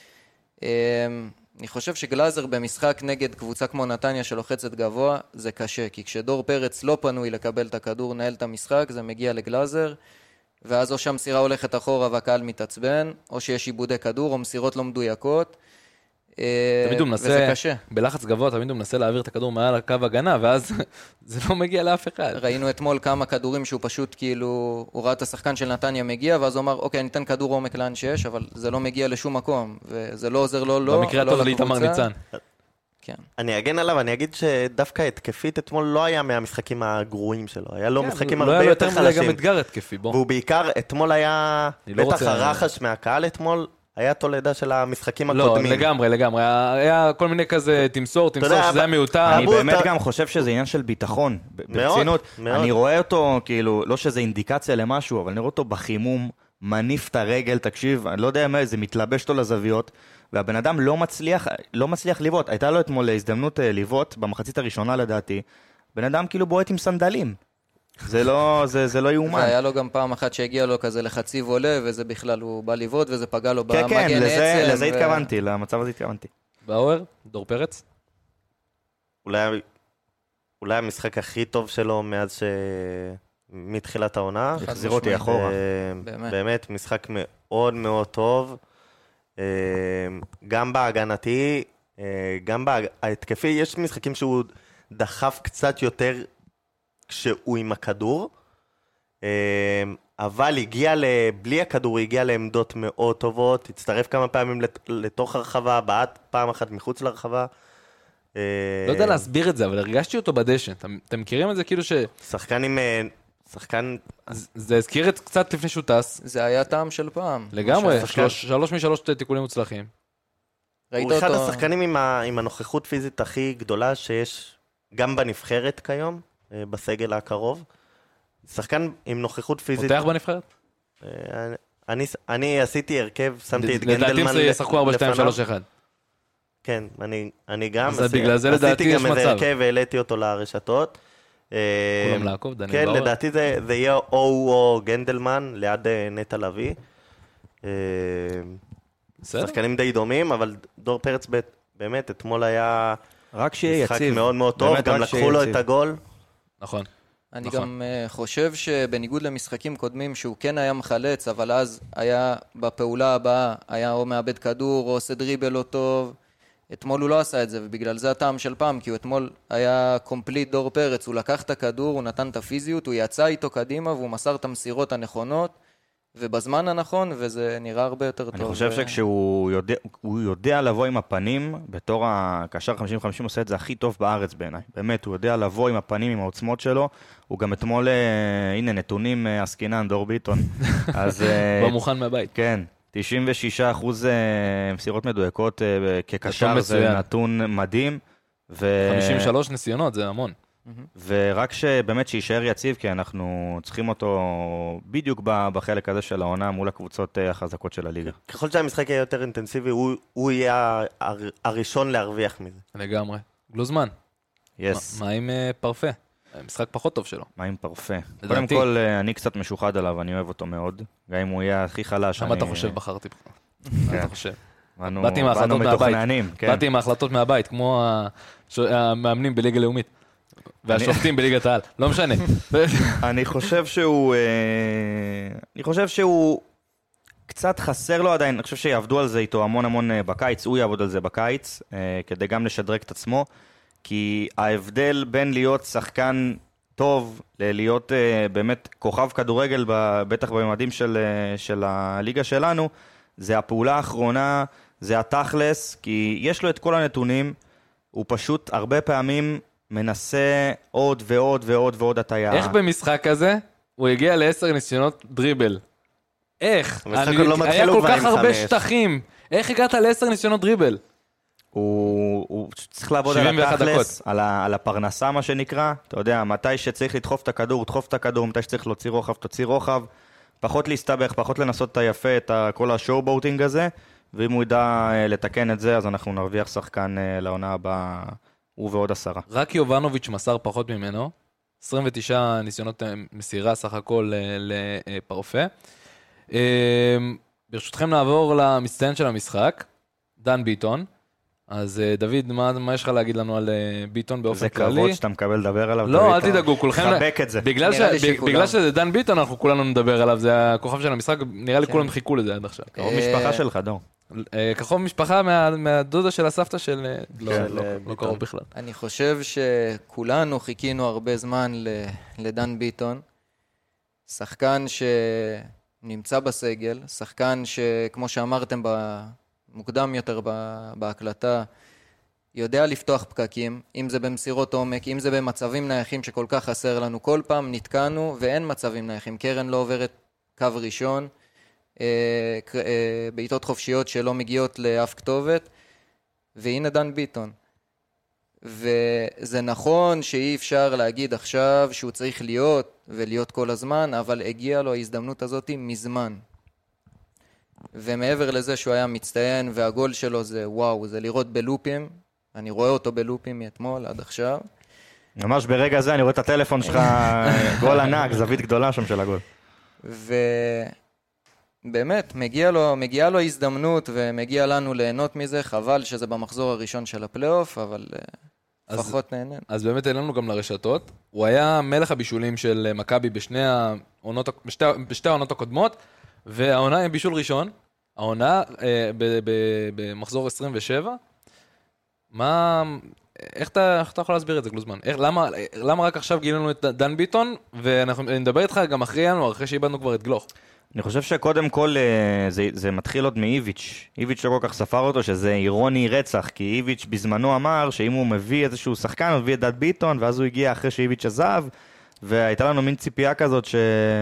אני חושב שגלאזר במשחק נגד קבוצה כמו נתניה שלוחצת גבוה, זה קשה, כי כשדור פרץ לא פנוי לקבל את הכדור, נהל את המשחק, זה מגיע לגלאזר, ואז או שהמסירה הולכת אחורה והקהל מתעצבן, או שיש עיבודי כדור, או מסירות לא מדויקות, תמיד הוא וזה מנסה, קשה. בלחץ גבוה, תמיד הוא מנסה להעביר את הכדור מעל הקו הגנה, ואז זה לא מגיע לאף אחד. ראינו אתמול כמה כדורים שהוא פשוט כאילו, הוא ראה את השחקן של נתניה מגיע, ואז הוא אמר, אוקיי, אני אתן כדור עומק לאן שיש, אבל זה לא מגיע לשום מקום, וזה לא עוזר לו, לא, במקרה לא הטוב לאיתמר לקבוצה. ניצן. כן. אני אגן עליו, אני אגיד שדווקא התקפית אתמול לא היה מהמשחקים הגרועים שלו, היה לו משחקים לא הרבה היה לו יותר יותר מדי גם חלשים. אתגר התקפי, בוא. והוא בעיקר, אתמול היה, אני לא בטח רוצה- הרחש מהקהל אתמול, היה תולדה של המשחקים לא, הקודמים. לגמרי, לגמרי. היה- היה כל מיני כזה תמסור, תמסור, יודע, שזה היה אבל- מיותר. אני אבו, באמת אתה- גם חושב שזה עניין של ביטחון, ב- מאוד, ברצינות. מאוד. אני רואה אותו, כאילו, לא שזה אינדיקציה למשהו, אבל אני רואה אותו בחימום, מניף את הרגל, תקשיב, אני לא יודע מה, זה מתלבש אותו לזוויות, והבן אדם לא מצליח, לא מצליח לבעוט. הייתה לו אתמול הזדמנות אה, לבעוט, במחצית הראשונה לדעתי, בן אדם כאילו בועט עם סנדלים. זה לא, זה, זה לא יאומן. והיה לו גם פעם אחת שהגיע לו כזה לחצי עולה, וזה בכלל, הוא בא לבעוט, וזה פגע לו כן, במגן כן, עצם. לזה, לזה ו- התכוונתי, למצב הזה התכוונתי. באואר, דור פרץ. אולי, אולי המשחק הכי טוב שלו מאז ש... מתחילת העונה. החזיר אותי אחורה. אה, באמת. באמת, משחק מאוד מאוד טוב. אה, גם בהגנתי, אה, גם בהתקפי, יש משחקים שהוא דחף קצת יותר כשהוא עם הכדור, אה, אבל הגיע, ל... בלי הכדור, הגיע לעמדות מאוד טובות, הצטרף כמה פעמים לת... לתוך הרחבה, בעט פעם אחת מחוץ לרחבה. אה, לא יודע להסביר את זה, אבל הרגשתי אותו בדשא. אתם- אתם מכירים את זה כאילו ש... שחקן עם... אה, שחקן... זה הזכיר את קצת לפני שהוא טס. זה היה טעם של פעם. לגמרי, שחקן- שלוש- שלוש משלוש תיקולים מוצלחים. ראית הוא אחד אותו... השחקנים עם, ה... עם הנוכחות פיזית הכי גדולה שיש גם בנבחרת כיום, אה, בסגל הקרוב. שחקן עם נוכחות פיזית... פותח בנבחרת? אה, אני, אני עשיתי הרכב, שמתי את לדעתי גנדלמן הם ישחקו ארבע שתיים שלוש אחד. כן, אני, אני גם... אז עשי- בגלל זה לדעתי יש עשיתי גם מצב. איזה הרכב והעליתי אותו לרשתות. אה, כולם לעקוב, דניאל כן, באואר. לדעתי זה, זה יהיה או הוא או גנדלמן ליד אה, נטע לביא. אה, בסדר. שחקנים די דומים, אבל דור פרץ ב- באמת אתמול היה רק שיהיה משחק יציב. מאוד מאוד טוב, באמת, גם רק שיהיה לקחו לו יציב. את הגול. נכון. אני נכון. גם uh, חושב שבניגוד למשחקים קודמים שהוא כן היה מחלץ, אבל אז היה בפעולה הבאה, היה או מאבד כדור או עושה דריבל לא טוב. אתמול הוא לא עשה את זה, ובגלל זה הטעם של פעם, כי הוא אתמול היה קומפליט דור פרץ, הוא לקח את הכדור, הוא נתן את הפיזיות, הוא יצא איתו קדימה והוא מסר את המסירות הנכונות, ובזמן הנכון, וזה נראה הרבה יותר טוב. אני חושב שכשהוא יודע, הוא יודע לבוא עם הפנים, בתור הקשר חמישים חמישים עושה את זה הכי טוב בארץ בעיניי. באמת, הוא יודע לבוא עם הפנים, עם העוצמות שלו. הוא גם אתמול, אה, הנה, נתונים אה, עסקינן, דור ביטון. אז... אה, בא מוכן מהבית. כן, תשעים ושישה אחוז אה, מסירות מדויקות אה, כקשר, נתון זה מצוין. נתון מדהים. ו... חמישים ושלוש ניסיונות, זה המון. ורק שבאמת שישאר יציב, כי אנחנו צריכים אותו בדיוק ב- בחלק הזה של העונה מול הקבוצות אה, החזקות של הליגה. ככל שהמשחק יהיה יותר אינטנסיבי, הוא, הוא יהיה הר- הראשון להרוויח מזה. לגמרי. גלוזמן. יס, מה מה עם אה, פרפה? משחק פחות טוב שלו. מה עם פרפה? לדעתי. קודם כל, אה, אני קצת משוחד עליו, אני אוהב אותו מאוד. גם אם הוא יהיה הכי חלש. למה אני- אתה חושב בחרתי בך? מה אתה חושב? באנו- באתי עם באנו ההחלטות מהבית. מתוכננים, כן. באתי עם ההחלטות מהבית, כמו הש- המאמנים בליגה לאומית. והשופטים בליגת העל. לא משנה. אני חושב שהוא... אה, אני חושב שהוא... קצת חסר לו עדיין, אני חושב שיעבדו על זה איתו המון המון בקיץ, הוא יעבוד על זה בקיץ, כדי גם לשדרג את עצמו, כי ההבדל בין להיות שחקן טוב, ללהיות באמת כוכב כדורגל, בטח בממדים של, של הליגה שלנו, זה הפעולה האחרונה, זה התכלס, כי יש לו את כל הנתונים, הוא פשוט הרבה פעמים מנסה עוד ועוד ועוד ועוד הטיה. איך במשחק הזה הוא הגיע לעשר ניסיונות דריבל? איך? המשחק עוד לא מתחיל, היה הוא כל כבר כך עם הרבה חמש. שטחים. איך הגעת לעשר ניסיונות דריבל? הוא, הוא צריך לעבוד על שבעים ואחת התכלס, על, ה, על הפרנסה מה שנקרא, אתה יודע, מתי שצריך לדחוף את הכדור, דחוף את הכדור, מתי שצריך להוציא רוחב, תוציא רוחב, פחות להסתבך, פחות לנסות את היפה, את ה, כל השואו-בוטינג הזה, ואם הוא ידע לתקן את זה, אז אנחנו נרוויח שחקן לעונה הבאה, הוא ועוד עשרה. רק יובנוביץ' מסר פחות ממנו, עשרים ותשעה ניסיונות מסירה סך הכל לפרפה. ברשותכם נעבור למצטיין של המשחק, דן ביטון. אז דוד, מה, מה יש לך להגיד לנו על ביטון באופן זה כללי? זה כבוד שאתה מקבל לדבר עליו. לא, אל תדאגו, כולכם... חבק את זה. בגלל, ש... בגלל שזה דן ביטון, אנחנו כולנו נדבר עליו, זה הכוכב של המשחק, נראה לי כן. כולם חיכו לזה עד עכשיו. קרוב משפחה שלך, דור. כחוב משפחה מה... מהדודה של הסבתא של... לא, של לא, לא ביטון. קרוב בכלל. אני חושב שכולנו חיכינו הרבה זמן ל- לדן ביטון, שחקן שנמצא בסגל, שחקן שכמו שאמרתם במוקדם יותר ב- בהקלטה, יודע לפתוח פקקים, אם זה במסירות עומק, אם זה במצבים נייחים שכל כך חסר לנו, כל פעם נתקענו ואין מצבים נייחים, קרן לא עוברת קו ראשון, אה, אה, בעיטות חופשיות שלא מגיעות לאף כתובת, והנה דן ביטון. וזה נכון שאי אפשר להגיד עכשיו שהוא צריך להיות ולהיות כל הזמן, אבל הגיעה לו ההזדמנות הזאת מזמן. ומעבר לזה שהוא היה מצטיין והגול שלו זה וואו, זה לראות בלופים, אני רואה אותו בלופים מאתמול עד עכשיו. ממש ברגע זה אני רואה את הטלפון שלך, גול ענק, זווית גדולה שם של הגול. ובאמת, מגיע לו, מגיע לו הזדמנות ומגיע לנו ליהנות מזה, חבל שזה במחזור הראשון של הפלייאוף, אבל אז, לפחות נהנה. אז באמת העלינו גם לרשתות, הוא היה מלך הבישולים של מכבי בשני העונות, בשתי, בשתי העונות הקודמות, והעונה עם בישול ראשון, העונה אה, ב, ב, במחזור עשרים ושבע, מה, איך אתה, איך אתה יכול להסביר את זה, גלוזמן? איך, למה, למה רק עכשיו גילינו את דן ביטון, ואנחנו נדבר איתך גם אחרי ינואר, אחרי שאיבדנו כבר את גלוך. אני חושב שקודם כל זה, זה מתחיל עוד מאיביץ'. איביץ' לא כל כך ספר אותו, שזה אירוני רצח, כי איביץ' בזמנו אמר שאם הוא מביא איזשהו שחקן, הוא מביא את דן ביטון, ואז הוא הגיע אחרי שאיביץ' עזב, והייתה לנו מין ציפייה כזאת ש...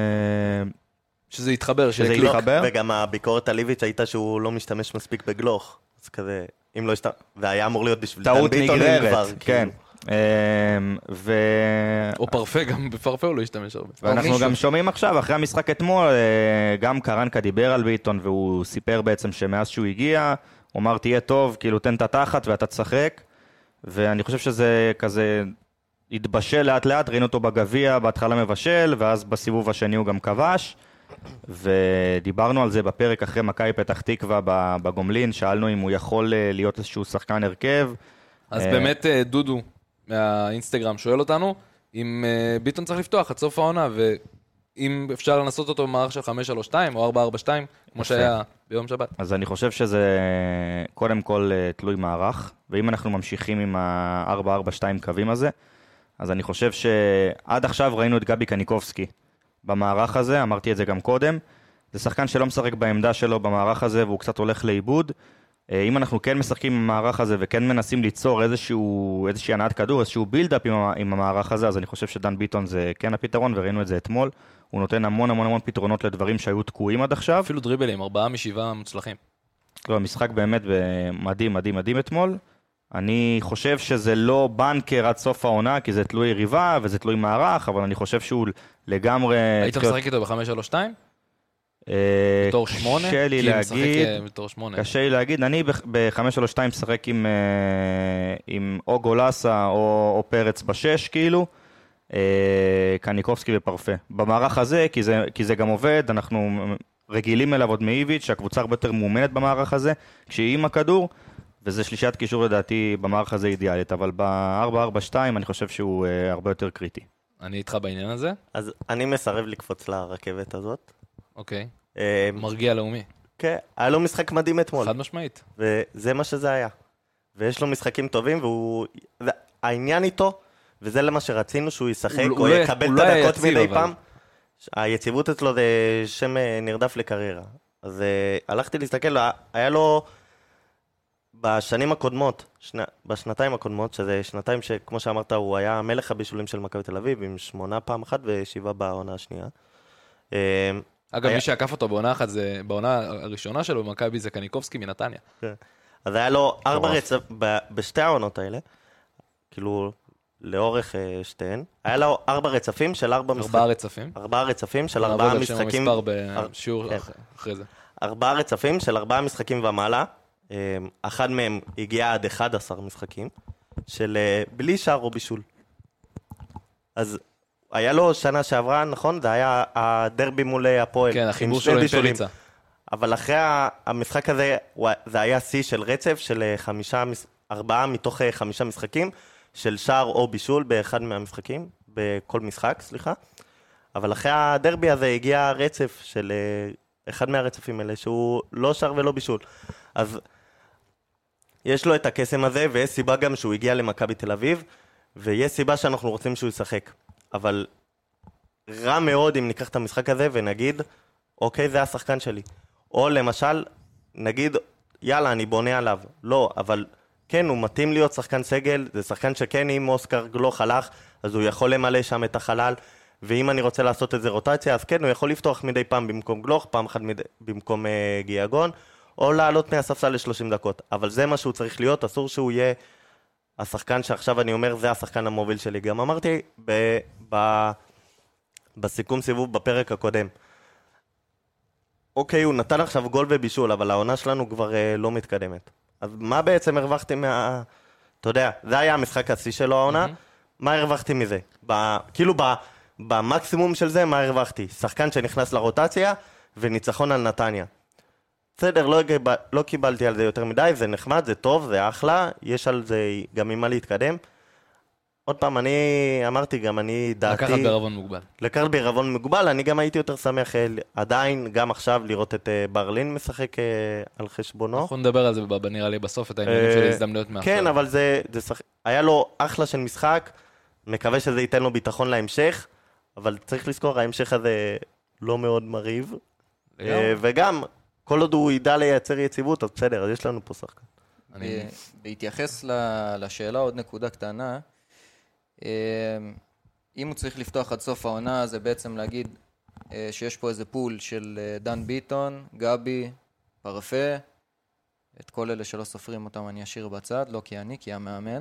שזה יתחבר, שזה שגלוך. יתחבר. וגם הביקורת על איביץ' הייתה שהוא לא משתמש מספיק בגלוך. אז כזה, אם לא השתמש... והיה אמור להיות בשביל דן טעות ביטון אם כבר. נגררת, כן. ו... או פרפה, גם בפרפה הוא לא ישתמש הרבה. ואנחנו מישהו. גם שומעים עכשיו, אחרי המשחק אתמול, גם קרנקה דיבר על ביטון, והוא סיפר בעצם שמאז שהוא הגיע, הוא אמר תהיה טוב, כאילו תן את התחת ואתה תשחק, ואני חושב שזה כזה התבשל לאט לאט, ראינו אותו בגביע, בהתחלה מבשל, ואז בסיבוב השני הוא גם כבש, ודיברנו על זה בפרק אחרי מכבי פתח תקווה בגומלין, שאלנו אם הוא יכול להיות איזשהו שחקן הרכב. אז באמת דודו מהאינסטגרם שואל אותנו, אם ביטון צריך לפתוח עד סוף העונה, ואם אפשר לנסות אותו במערך של חמש שלוש שתיים או ארבע ארבע שתיים, כמו שהיה ביום שבת. אז אני חושב שזה קודם כל תלוי מערך, ואם אנחנו ממשיכים עם ה-ארבע ארבע שתיים קווים הזה, אז אני חושב שעד עכשיו ראינו את גבי קניקובסקי במערך הזה, אמרתי את זה גם קודם, זה שחקן שלא משחק בעמדה שלו במערך הזה, והוא קצת הולך לאיבוד. אם אנחנו כן משחקים עם המערך הזה, וכן מנסים ליצור איזשהו, איזושהי הנעת כדור, איזשהו בילדאפ עם, עם המערך הזה, אז אני חושב שדן ביטון זה כן הפתרון, וראינו את זה אתמול. הוא נותן המון המון המון פתרונות לדברים שהיו תקועים עד עכשיו. אפילו דריבלים, ארבעה משבעה מוצלחים. לא, משחק באמת מדהים, מדהים, מדהים אתמול. אני חושב שזה לא בנקר עד סוף העונה, כי זה תלוי יריבה וזה תלוי מערך, אבל אני חושב שהוא לגמרי... היית משחק איתו ב-חמש שלוש שתיים? בתור שמונה? קשה לי להגיד, בתור שמונה. קשה לי להגיד, אני ב-חמש שלוש שתיים משחק עם, עם או גולסה או, או פרץ בשש כאילו, קניקובסקי ופרפה. במערך הזה, כי זה, כי זה גם עובד, אנחנו רגילים אליו עוד מאיביץ', שהקבוצה הרבה יותר מאומנת במערך הזה, כשהיא עם הכדור, וזה שלישיית קישור לדעתי במערך הזה אידיאלית, אבל ב-ארבע ארבע שתיים אני חושב שהוא הרבה יותר קריטי. אני איתך בעניין הזה. אז אני מסרב לקפוץ לרכבת הזאת. אוקיי. מרגיע לאומי. כן, היה לו משחק מדהים אתמול. חד משמעית. וזה מה שזה היה. ויש לו משחקים טובים, והוא... העניין איתו, וזה למה שרצינו שהוא ישחק, או יקבל את הדקות מדי פעם. היציבות אצלו זה שם נרדף לקריירה. אז הלכתי להסתכל, היה לו בשנים הקודמות, בשנתיים הקודמות, שזה שנתיים שכמו שאמרת, הוא היה מלך הבישולים של מכבי תל אביב, עם שמונה פעם אחת ושבעה בעונה השנייה. אגב, מי שעקף אותו בעונה אחת, בעונה הראשונה שלו במכבי זה קניקובסקי מנתניה. אז היה לו ארבע רצף, בשתי העונות האלה, כאילו לאורך שתיהן, היה לו ארבע רצפים של ארבע משחקים. ארבעה רצפים? ארבעה רצפים של ארבעה משחקים. נעבוד על שם המספר בשיעור אחרי זה. ארבעה רצפים של ארבעה משחקים ומעלה, אחד מהם הגיע עד אחד עשר משחקים, של בלי שער או בישול. אז היה לו שנה שעברה, נכון? זה היה הדרבי מול הפועל. כן, החיבור שלו עם פריצה. אבל אחרי המשחק הזה, זה היה שיא של רצף של חמישה, ארבעה מתוך חמישה משחקים, של שער או בישול באחד מהמשחקים, בכל משחק, סליחה. אבל אחרי הדרבי הזה הגיע רצף של אחד מהרצפים האלה, שהוא לא שער ולא בישול. אז יש לו את הקסם הזה, ויש סיבה גם שהוא הגיע למכבי תל אביב, ויש סיבה שאנחנו רוצים שהוא ישחק. אבל רע מאוד אם ניקח את המשחק הזה ונגיד, אוקיי, זה השחקן שלי. או למשל, נגיד, יאללה, אני בונה עליו. לא, אבל כן, הוא מתאים להיות שחקן סגל, זה שחקן שכן, אם אוסקר גלוך הלך, אז הוא יכול למלא שם את החלל, ואם אני רוצה לעשות איזה רוטציה, אז כן, הוא יכול לפתוח מדי פעם במקום גלוך, פעם אחת מדי, במקום אה, גיאגון, או לעלות מהספסל ל-שלושים דקות. אבל זה מה שהוא צריך להיות, אסור שהוא יהיה השחקן שעכשיו אני אומר, זה השחקן המוביל שלי. גם אמרתי ב- ב- בסיכום סיבוב בפרק הקודם, אוקיי, הוא נתן עכשיו גול ובישול, אבל העונה שלנו כבר אה, לא מתקדמת. אז מה בעצם הרווחתי מה... אתה יודע, זה היה המשחק השיא שלו העונה, mm-hmm. מה הרווחתי מזה? ב... כאילו ב... במקסימום של זה, מה הרווחתי? שחקן שנכנס לרוטציה וניצחון על נתניה. בסדר, לא, לא קיבלתי על זה יותר מדי, זה נחמד, זה טוב, זה אחלה, יש על זה גם עם מה להתקדם. עוד פעם, אני אמרתי גם, אני דעתי... לקחת בערבון מוגבל. לקחת בערבון מוגבל, אני גם הייתי יותר שמח עדיין, גם עכשיו, לראות את ברלין משחק על חשבונו. אנחנו נדבר על זה נראה לי בסוף, את העניינים של הזדמנויות מאחר. כן, אבל זה, זה שח... היה לו אחלה של משחק, מקווה שזה ייתן לו ביטחון להמשך, אבל צריך לזכור, ההמשך הזה לא מאוד מריב. וגם, כל עוד הוא ידע לייצר יציבות, אז בסדר, אז יש לנו פה שחקן. בהתייחס לשאלה, עוד נקודה קטנה, אם הוא צריך לפתוח עד סוף העונה, זה בעצם להגיד שיש פה איזה פול של דן ביטון, גבי, פרפה, את כל אלה שלא סופרים אותם אני אשאיר בצד, לא כי אני, כי המאמן.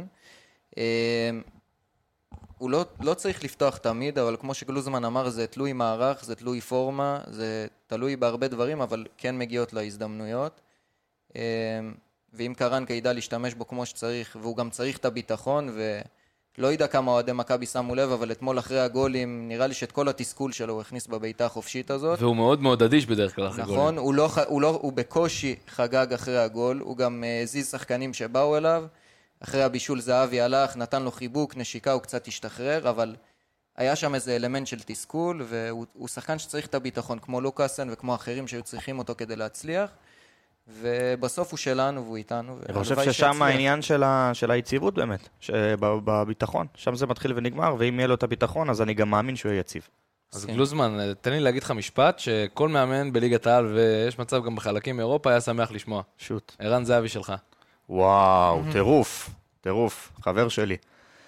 הוא לא, לא צריך לפתוח תמיד, אבל כמו שגלוזמן אמר, זה תלוי מערך, זה תלוי פורמה, זה תלוי בהרבה דברים, אבל כן מגיעות להזדמנויות. ואם קרנקה ידע להשתמש בו כמו שצריך, והוא גם צריך את הביטחון, ולא ידע כמה אוהדי מכבי שמו לב, אבל אתמול אחרי הגולים, נראה לי שאת כל התסכול שלו הוא הכניס בביתה החופשית הזאת. והוא מאוד מאוד אדיש בדרך כלל אחרי נכון, גולים. נכון, הוא, לא, הוא, לא, הוא בקושי חגג אחרי הגול, הוא גם הזיז שחקנים שבאו אליו, אחרי הבישול זהבי הלך, נתן לו חיבוק, נשיקה, הוא קצת השתחרר, אבל היה שם איזה אלמנט של תסכול, והוא שחקן שצריך את הביטחון, כמו לוקאסן וכמו אחרים שהיו צריכים אותו כדי להצליח, ובסוף הוא שלנו והוא איתנו. אני חושב ששם העניין של, ה, של היציבות באמת, בביטחון, שם זה מתחיל ונגמר, ואם יהיה לו את הביטחון, אז אני גם מאמין שהוא יהיה יציב. אז גלוזמן, תן לי להגיד לך משפט, שכל מאמן בליגת העל, ויש מצב גם בחלקים מאירופה, היה שמח לשמוע. שוט. ערן זהבי שלך. וואו, טירוף, טירוף, חבר שלי.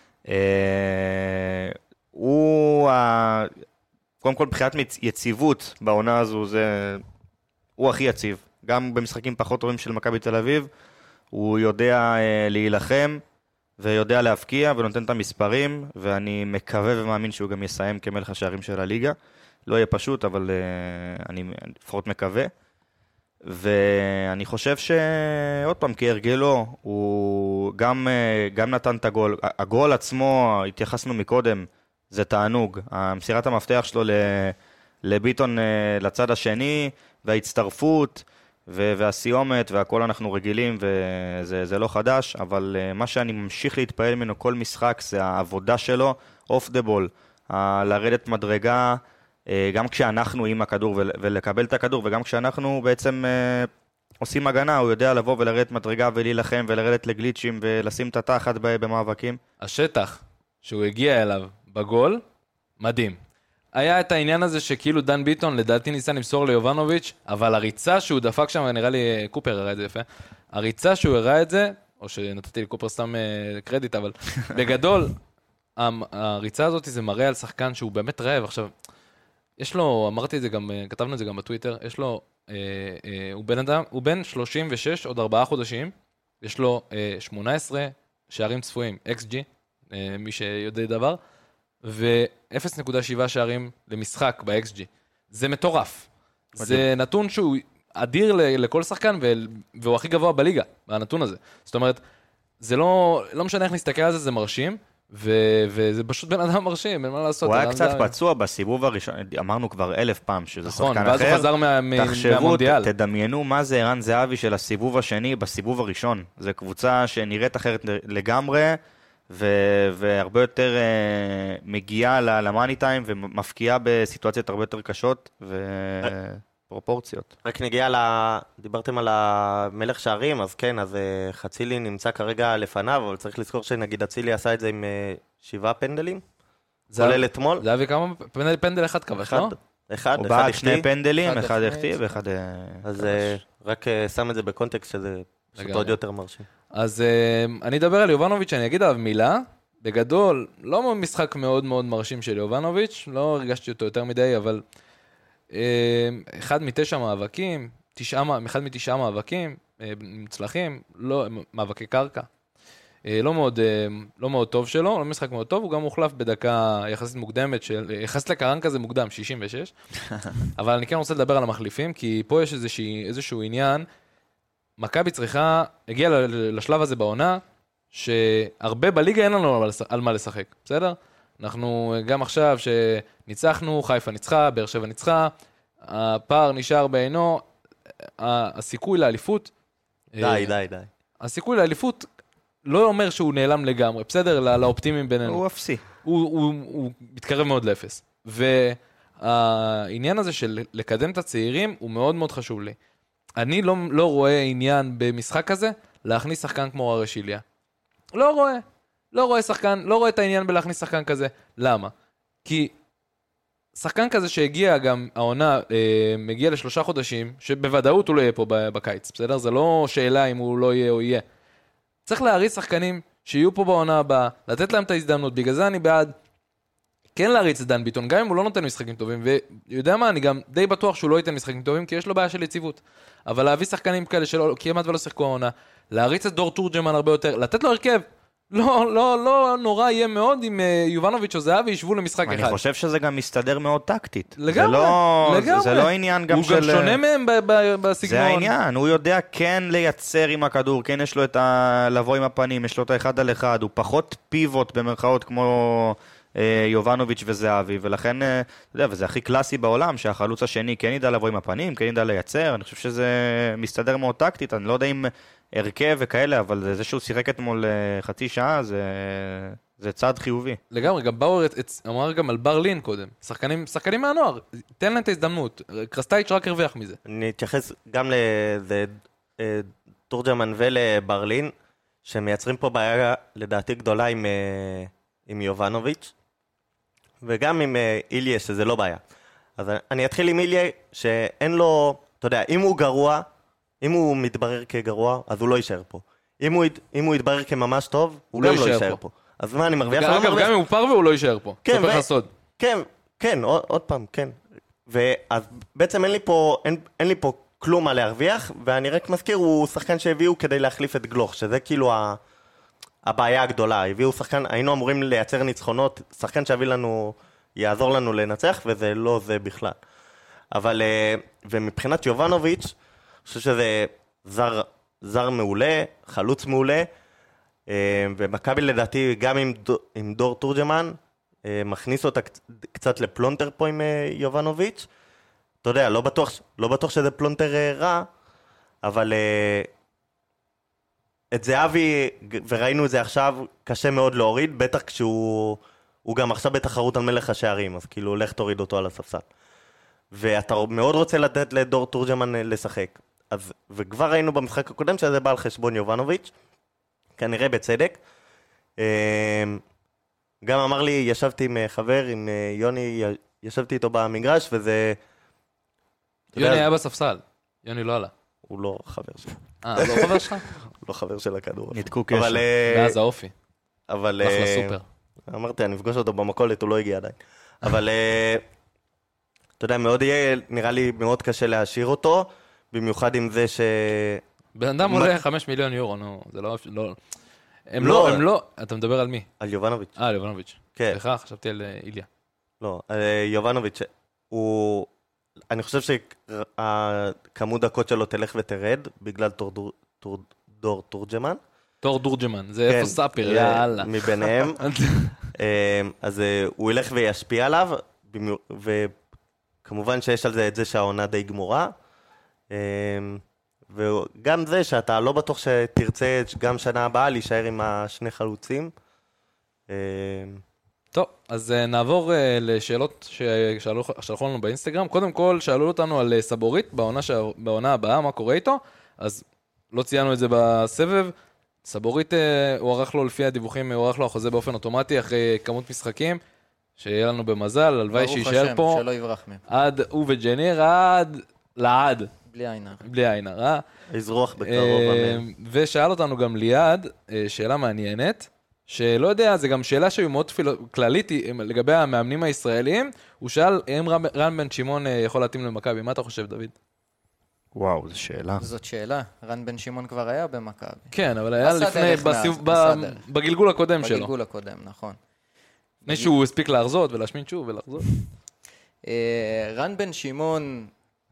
הוא, קודם כל, מבחינת יציבות בעונה הזו, הוא הכי יציב. גם במשחקים פחות טובים של מכבי תל אביב, הוא יודע להילחם, ויודע להפקיע, ונותן את המספרים, ואני מקווה ומאמין שהוא גם יסיים כמלך השערים של הליגה. לא יהיה פשוט, אבל אני לפחות מקווה. ואני חושב שעוד פעם, כהרגלו, הוא גם, גם נתן את הגול. הגול עצמו, התייחסנו מקודם, זה תענוג. המסירת המפתח שלו לביטון לצד השני, וההצטרפות, והסיומת, והכל אנחנו רגילים, וזה זה לא חדש, אבל מה שאני ממשיך להתפעל ממנו כל משחק, זה העבודה שלו, אוף דה בול, לרדת מדרגה, גם כשאנחנו עם הכדור ולקבל את הכדור, וגם כשאנחנו בעצם עושים הגנה, הוא יודע לבוא ולרדת מדרגה ולהילחם ולרדת לגליצ'ים ולשים את התחת במאבקים. השטח שהוא הגיע אליו בגול, מדהים. היה את העניין הזה שכאילו דן ביטון לדעתי ניסה למסור ליובנוביץ', אבל הריצה שהוא דפק שם, נראה לי קופר הראה את זה יפה, הריצה שהוא הראה את זה, או שנתתי לקופר סתם קרדיט, אבל בגדול, הריצה הזאת זה מראה על שחקן שהוא באמת רעב. עכשיו, יש לו, אמרתי את זה גם, כתבנו את זה גם בטוויטר, יש לו, אה, אה, הוא בן אדם, הוא בן שלושים ושש, עוד ארבעה חודשים, יש לו אה, שמונה עשרה שערים צפויים, אקס ג'י, אה, מי שיודע דבר, ו-אפס נקודה שבע שערים למשחק ב-אקס ג'י. זה מטורף. זה נתון שהוא אדיר לכל שחקן, והוא הכי גבוה בליגה, הנתון הזה. זאת אומרת, זה לא, לא משנה איך נסתכל על זה, זה מרשים, וזה פשוט בן אדם מרשים, אין מה לעשות. הוא היה קצת פצוע בסיבוב הראשון, אמרנו כבר אלף פעם שזה שחקן אחר. ואז הוא חזר מהמונדיאל. תחשבו, תדמיינו מה זה ערן זהבי של הסיבוב השני בסיבוב הראשון. זו קבוצה שנראית אחרת לגמרי, והרבה יותר מגיעה למאני טיים, ומפקיעה בסיטואציות הרבה יותר קשות ופרופורציות. רק נגיע, דיברתם על המלך שערים, אז כן, אז חצילי נמצא כרגע לפניו, אבל צריך לזכור שנגיד אצילי עשה את זה עם שבעה פנדלים, כולל אתמול. זה אבי כמה פנדל אחד כבש, לא? אחד, הוא בא שני פנדלים, אחד החטיא ואחד אז רק שם את זה בקונטקסט שזה פשוט עוד יותר מרשים. אז אני אדבר על יובנוביץ', אני אגיד עליו מילה. בגדול, לא משחק מאוד מאוד מרשים של יובנוביץ', לא הרגשתי אותו יותר מדי, אבל אחד מתשע מאבקים, אחד מתשעה מאבקים, מצלחים, לא, מאבקי קרקע. לא מאוד, לא מאוד טוב שלו, לא משחק מאוד טוב, הוא גם מוחלף בדקה יחסית מוקדמת, של, יחסית לקרן כזה מוקדם, שישים ושש. אבל אני כן רוצה לדבר על המחליפים, כי פה יש איזשהו, איזשהו עניין, מכבי צריכה, הגיעה לשלב הזה בעונה, שהרבה בליגה אין לנו על מה לשחק, בסדר? אנחנו גם עכשיו שניצחנו, חיפה ניצחה, באר שבע ניצחה, הפער נשאר בעינו, הסיכוי לאליפות... די, די, די. הסיכוי לאליפות לא אומר שהוא נעלם לגמרי, בסדר? לאופטימיים בינינו. הוא אפסי. הוא, הוא, הוא מתקרב מאוד לאפס. והעניין הזה של לקדם את הצעירים הוא מאוד מאוד חשוב לי. אני לא, לא רואה עניין במשחק הזה להכניס שחקן כמו ררי שיליה. לא רואה. לא רואה שחקן, לא רואה את העניין בלהכניס שחקן כזה. למה? כי שחקן כזה שהגיע גם העונה, אה, מגיע לשלושה חודשים, שבוודאות הוא לא יהיה פה בקיץ, בסדר? זה לא שאלה אם הוא לא יהיה או יהיה. צריך להריץ שחקנים שיהיו פה בעונה הבאה, לתת להם את ההזדמנות, בגלל זה אני בעד כן להריץ את דן ביטון, גם אם הוא לא נותן משחקים טובים, ויודע מה, אני גם די בטוח שהוא לא ייתן משחקים טובים, כי יש לו בעיה של יציבות. אבל להביא שחקנים כאלה שלא, כמעט ולא שיחקו העונה, להריץ את דור תורג'מן הרבה יותר, לתת לו הרכב, לא, לא, לא נורא יהיה מאוד אם יובנוביץ' או זהבי ישבו למשחק אחד. אני חושב שזה גם מסתדר מאוד טקטית. לגמרי, זה לא, לגמרי. זה לא עניין גם הוא של... הוא גם שונה מהם בסגנון. זה העניין, הוא יודע כן לייצר עם הכדור, כן יש לו את ה... לבוא עם הפנים, יש לו את האחד על אחד, הוא פחות פיבוט במרכאות כמו אה, יובנוביץ' וזהבי, ולכן, אה, אתה יודע, וזה הכי קלאסי בעולם, שהחלוץ השני כן ידע לבוא עם הפנים, כן ידע לייצר, אני חושב שזה מסתדר מאוד טקטית, אני לא יודע אם... הרכב וכאלה, אבל זה שהוא שיחק אתמול חצי שעה, זה, זה צעד חיובי. לגמרי, גם באואר אמר גם על ברלין קודם. שחקנים, שחקנים מהנוער, תן להם את ההזדמנות. קרסטייץ' רק הרוויח מזה. אני אתייחס גם לתורג'מן ולברלין, שמייצרים פה בעיה לדעתי גדולה עם, עם יובנוביץ', וגם עם איליה, שזה לא בעיה. אז אני אתחיל עם איליה, שאין לו, אתה יודע, אם הוא גרוע, אם הוא מתברר כגרוע, אז הוא לא יישאר פה. אם הוא, אם הוא יתברר כממש טוב, הוא גם לא יישאר פה. אז מה, אני מרוויח? אגב, גם אם הוא פרווה, הוא לא יישאר פה. כן, סופר חסוד. כן, כן, עוד, עוד פעם, כן. ואז בעצם אין לי פה, אין, אין לי פה כלום מה להרוויח, ואני רק מזכיר, הוא שחקן שהביאו כדי להחליף את גלוך, שזה כאילו ה, הבעיה הגדולה. הביאו שחקן, היינו אמורים לייצר ניצחונות, שחקן שהביא לנו, יעזור לנו לנצח, וזה לא זה בכלל. אבל, ומבחינת יובנוביץ', אני חושב שזה זר, זר מעולה, חלוץ מעולה, ומכבי לדעתי גם עם, עם דור תורג'מן, מכניס אותה קצת לפלונטר פה עם יובנוביץ'. אתה יודע, לא בטוח, לא בטוח שזה פלונטר רע, אבל את זהבי, וראינו את זה עכשיו, קשה מאוד להוריד, בטח כשהוא הוא גם עכשיו בתחרות על מלך השערים, אז כאילו, לך תוריד אותו על הספסל. ואתה מאוד רוצה לתת לדור תורג'מן לשחק. אז, וכבר ראינו במשחק הקודם שזה בא על חשבון יובנוביץ', כנראה בצדק. גם אמר לי, ישבתי עם חבר, עם יוני, ישבתי איתו במגרש, וזה... יוני היה בספסל, יוני לא עלה. הוא לא חבר שלו. אה, הוא לא חבר שלך? הוא לא חבר של הכדור. נתקו קשר. ואז האופי. אבל... הלך לסופר. אמרתי, אני אפגוש אותו במכולת, הוא לא הגיע עדיין. אבל... אתה יודע, מאוד יהיה, נראה לי מאוד קשה להשאיר אותו, במיוחד עם זה ש... בן אדם עולה חמישה מיליון יורו, נו, זה לא... הם לא, הם לא... אתה מדבר על מי? על יובנוביץ'. אה, על יובנוביץ'. כן. סליחה, חשבתי על איליה. לא, יובנוביץ', הוא... אני חושב שהכמות דקות שלו תלך ותרד, בגלל דור תורג'מן. דור תורג'מן, זה איפה ספיר, יאללה. מביניהם. אז הוא ילך וישפיע עליו, וכמובן שיש על זה את זה שהעונה די גמורה. וגם זה שאתה לא בטוח שתרצה גם שנה הבאה להישאר עם השני חלוצים. טוב, אז נעבור לשאלות ששלחו לנו באינסטגרם. קודם כל, שאלו אותנו על סבורית בעונה הבאה, מה קורה איתו. אז לא ציינו את זה בסבב. סבורית, הוא ערך לו לפי הדיווחים, הוא ערך לו החוזה באופן אוטומטי אחרי כמות משחקים, שיהיה לנו במזל, הלוואי שישאר פה. ברוך השם, שלא יברח מהם. עד הוא וג'ניר, עד לעד. בלי עין הרע. בלי עין הרע. יזרוח בקרוב. ושאל אותנו גם ליעד, שאלה מעניינת, שלא יודע, זה גם שאלה שהיא מאוד כללית לגבי המאמנים הישראלים, הוא שאל אם רן בן שמעון יכול להתאים למכבי, מה אתה חושב, דוד? וואו, זו שאלה. זאת שאלה, רן בן שמעון כבר היה במכבי. כן, אבל היה לפני, בגלגול הקודם שלו. בגלגול הקודם, נכון. לפני שהוא הספיק להרזות ולהשמין שוב ולהרזות. רן בן שמעון,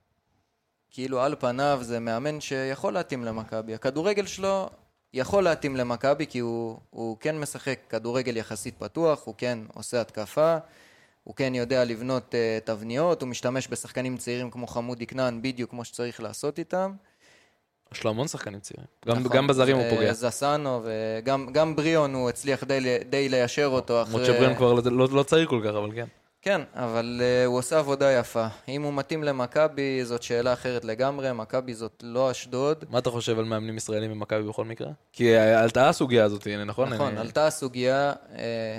כאילו על פניו זה מאמן שיכול להתאים למכבי. הכדורגל שלו יכול להתאים למכבי כי הוא, הוא כן משחק כדורגל יחסית פתוח, הוא כן עושה התקפה, הוא כן יודע לבנות uh, תבניות, הוא משתמש בשחקנים צעירים כמו חמודי כנען, בדיוק כמו שצריך לעשות איתם. יש לו המון שחקנים צעירים. גם, נכון, גם בזרים הוא פוגע. זסנו וגם גם בריאון הוא הצליח די, די ליישר אותו אחרי... מות שבריאון כבר לא, לא צעיר כל כך, אבל כן. כן, אבל uh, הוא עושה עבודה יפה. אם הוא מתאים למכבי, זאת שאלה אחרת לגמרי. מכבי זאת לא אשדוד. מה אתה חושב על מאמנים ישראלים במכבי בכל מקרה? כי עלתה הסוגיה הזאת, נכון? נכון, אני... עלתה הסוגיה. Uh,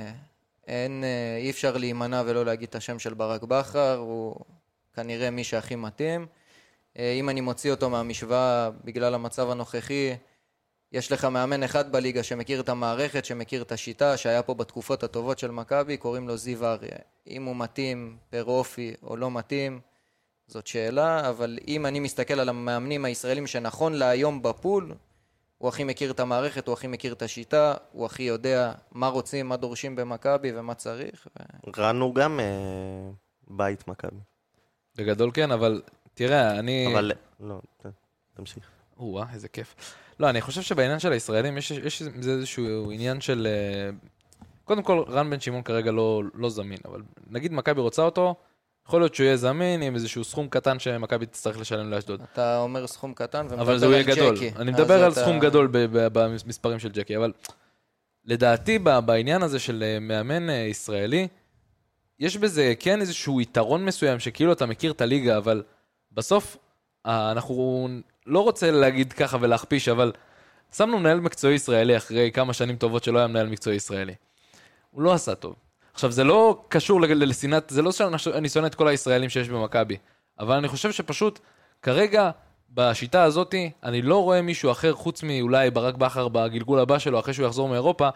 אין, uh, אי אפשר להימנע ולא להגיד את השם של ברק בכר. הוא כנראה מי שהכי מתאים. Uh, אם אני מוציא אותו מהמשוואה בגלל המצב הנוכחי, יש לך מאמן אחד בליגה שמכיר את המערכת, שמכיר את השיטה, שהיה פה בתקופות הטובות של מכבי, קוראים לו זיו אריה. אם הוא מתאים פר אופי או לא מתאים, זאת שאלה, אבל אם אני מסתכל על המאמנים הישראלים שנכון להיום בפול, הוא הכי מכיר את המערכת, הוא הכי מכיר את השיטה, הוא הכי יודע מה רוצים, מה דורשים במכבי ומה צריך. ו... רנו גם אה, בית מכבי. בגדול כן, אבל תראה, אני... אבל לא, תמשיך. או, איזה כיף. לא, אני חושב שבעניין של הישראלים יש, יש איזשהו עניין של... קודם כל, רן בן שמעון כרגע לא, לא זמין, אבל נגיד מכבי רוצה אותו, יכול להיות שהוא יהיה זמין עם איזשהו סכום קטן שמכבי תצטרך לשלם לאשדוד. אתה אומר סכום קטן ומדבר אבל זה יהיה גדול. ג'קי. אני מדבר על אתה... סכום גדול במספרים של ג'קי, אבל לדעתי בעניין הזה של מאמן ישראלי, יש בזה כן איזשהו יתרון מסוים שכאילו אתה מכיר את הליגה, אבל בסוף אנחנו לא רוצה להגיד ככה ולהכפיש, אבל שמנו מנהל מקצועי ישראלי אחרי כמה שנים טובות שלא היה מנהל מקצועי ישראלי. הוא לא עשה טוב. עכשיו, זה לא קשור לסינat, זה לא שאני שונא את כל הישראלים שיש במכבי, אבל אני חושב שפשוט, כרגע, בשיטה הזאת, אני לא רואה מישהו אחר, חוץ מאולי ברק בכר בגלגול הבא שלו, אחרי שהוא יחזור מאירופה,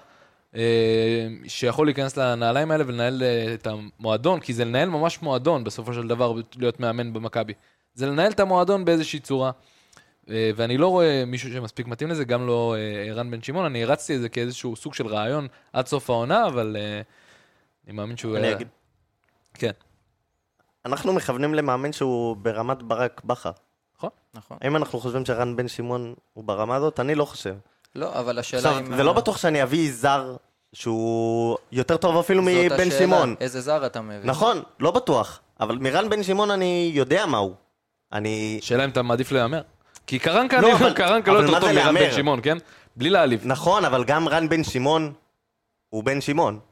שיכול להיכנס לנעליים האלה ולנהל את המועדון, כי זה לנהל ממש מועדון, בסופו של דבר, להיות מאמן במכבי. זה לנהל את המועדון באיזושהי צורה, ואני לא רואה מישהו שמספיק מתאים לזה, גם לא רן בן שמעון, אני הרצתי את זה כאיזשהו סוג של רעיון עד סוף העונה, אבל אני מאמין שהוא... אני אגיד. כן. אנחנו מכוונים למאמן שהוא ברמת ברק בכר. נכון? נכון. האם אנחנו חושבים שרן בן שמעון הוא ברמה הזאת? אני לא חושב. לא, אבל השאלה... עכשיו, אם... זה לא בטוח שאני אביא זר שהוא יותר טוב אפילו מבן שמעון. איזה זר אתה מביא? נכון, לא בטוח. אבל מרן בן שמעון אני יודע מה הוא. אני... שאלה אם אתה מעדיף להיאמר. כי קרנקה לא יותר טוב מרן בן שמעון, כן? בלי להעליב. נכון, אבל גם רן בן שמעון הוא בן שמעון.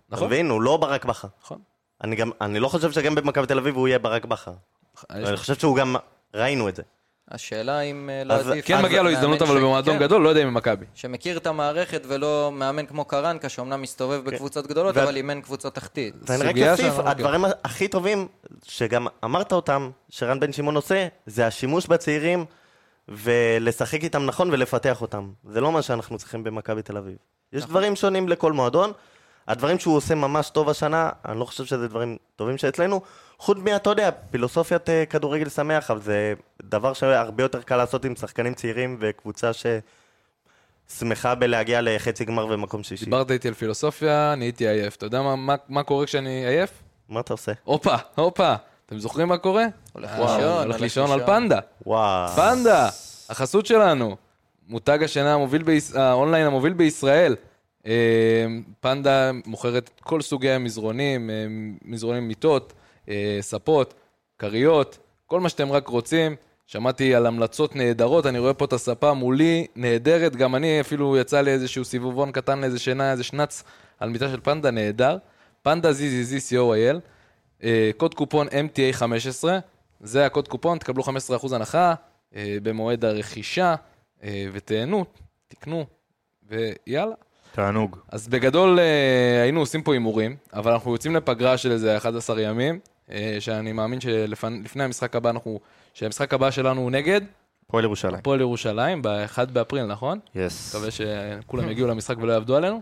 נכון. מבין, הוא לא ברק בכר. נכון. אני גם, אני לא חושב שגם במכבי תל אביב הוא יהיה ברק בכר. אני חושב שהוא גם, ראינו את זה. השאלה אם אה, אז- להעדיף... כן מגיע לו מאמן הזדמנות, אבל ש- במועדון כן, גדול, לא יודע אם במכבי. שמכיר את המערכת ולא מאמן כמו קרנקה, שאומנם מסתובב בקבוצות גדולות, ו- אבל אימן קבוצות תחתית. ואני רק סוגיה אוסיף, שאנחנו- הדברים הכי טובים, שגם אמרת אותם, שרן בן שמעון עושה, זה השימוש בצעירים, ולשחק איתם נכון ולפתח אותם. זה לא מה שאנחנו צריכים במכבי תל אביב. יש דברים שונים לכל מועדון. הדברים שהוא עושה ממש טוב השנה, אני לא חושב שזה דברים טובים שאצלנו. חוץ מה, אתה יודע, פילוסופיית אה, כדורגל שמח, אבל זה דבר שהרבה יותר קל לעשות עם שחקנים צעירים וקבוצה ששמחה בלהגיע לחצי גמר ומקום שישי. דיברת איתי על פילוסופיה, נהייתי עייף. אתה יודע מה- מה- מה קורה כשאני עייף? מה אתה עושה? הופה, הופה. אתם זוכרים מה קורה? הולך אה, לישון, הולך הולך לישון על לישון. פנדה. וואו. פנדה, החסות שלנו. מותג השינה המוביל ביש... האונליין המוביל בישראל. אה, פנדה מוכרת את כל סוגי המזרונים, אה, מזרונים מיטות, אה, ספות, קריות, כל מה שאתם רק רוצים. שמעתי על המלצות נהדרות, אני רואה פה את הספה מולי, נהדרת, גם אני אפילו יצא לי איזשהו סיבובון קטן לאיזה שינה, איזה שנץ על מיטה של פנדה, נהדר. פנדה זי זי זי סי או איי אל, אה, קוד קופון אם טי איי חמש עשרה, זה הקוד קופון, תקבלו חמישה עשר אחוז הנחה אה, במועד הרכישה, אה, ותהנו, תקנו, ויאללה. תענוג. אז בגדול אה, היינו עושים פה הימורים, אבל אנחנו יוצאים לפגרה של איזה אחד עשר ימים, אה, שאני מאמין שלפני המשחק הבא אנחנו, שהמשחק הבא שלנו הוא נגד, פועל ירושלים. הפועל ירושלים, ב-אחד באפריל, נכון? יס. מקווה שכולם יגיעו למשחק ולא יעבדו עלינו.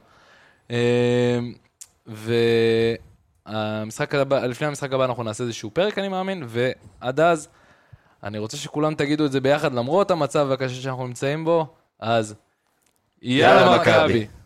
והמשחק הבא, לפני המשחק הבא אנחנו נעשה איזשהו פרק, אני מאמין, ועד אז אני רוצה שכולם תגידו את זה ביחד, למרות המצב הקשה שאנחנו נמצאים בו, אז יאללה מכבי.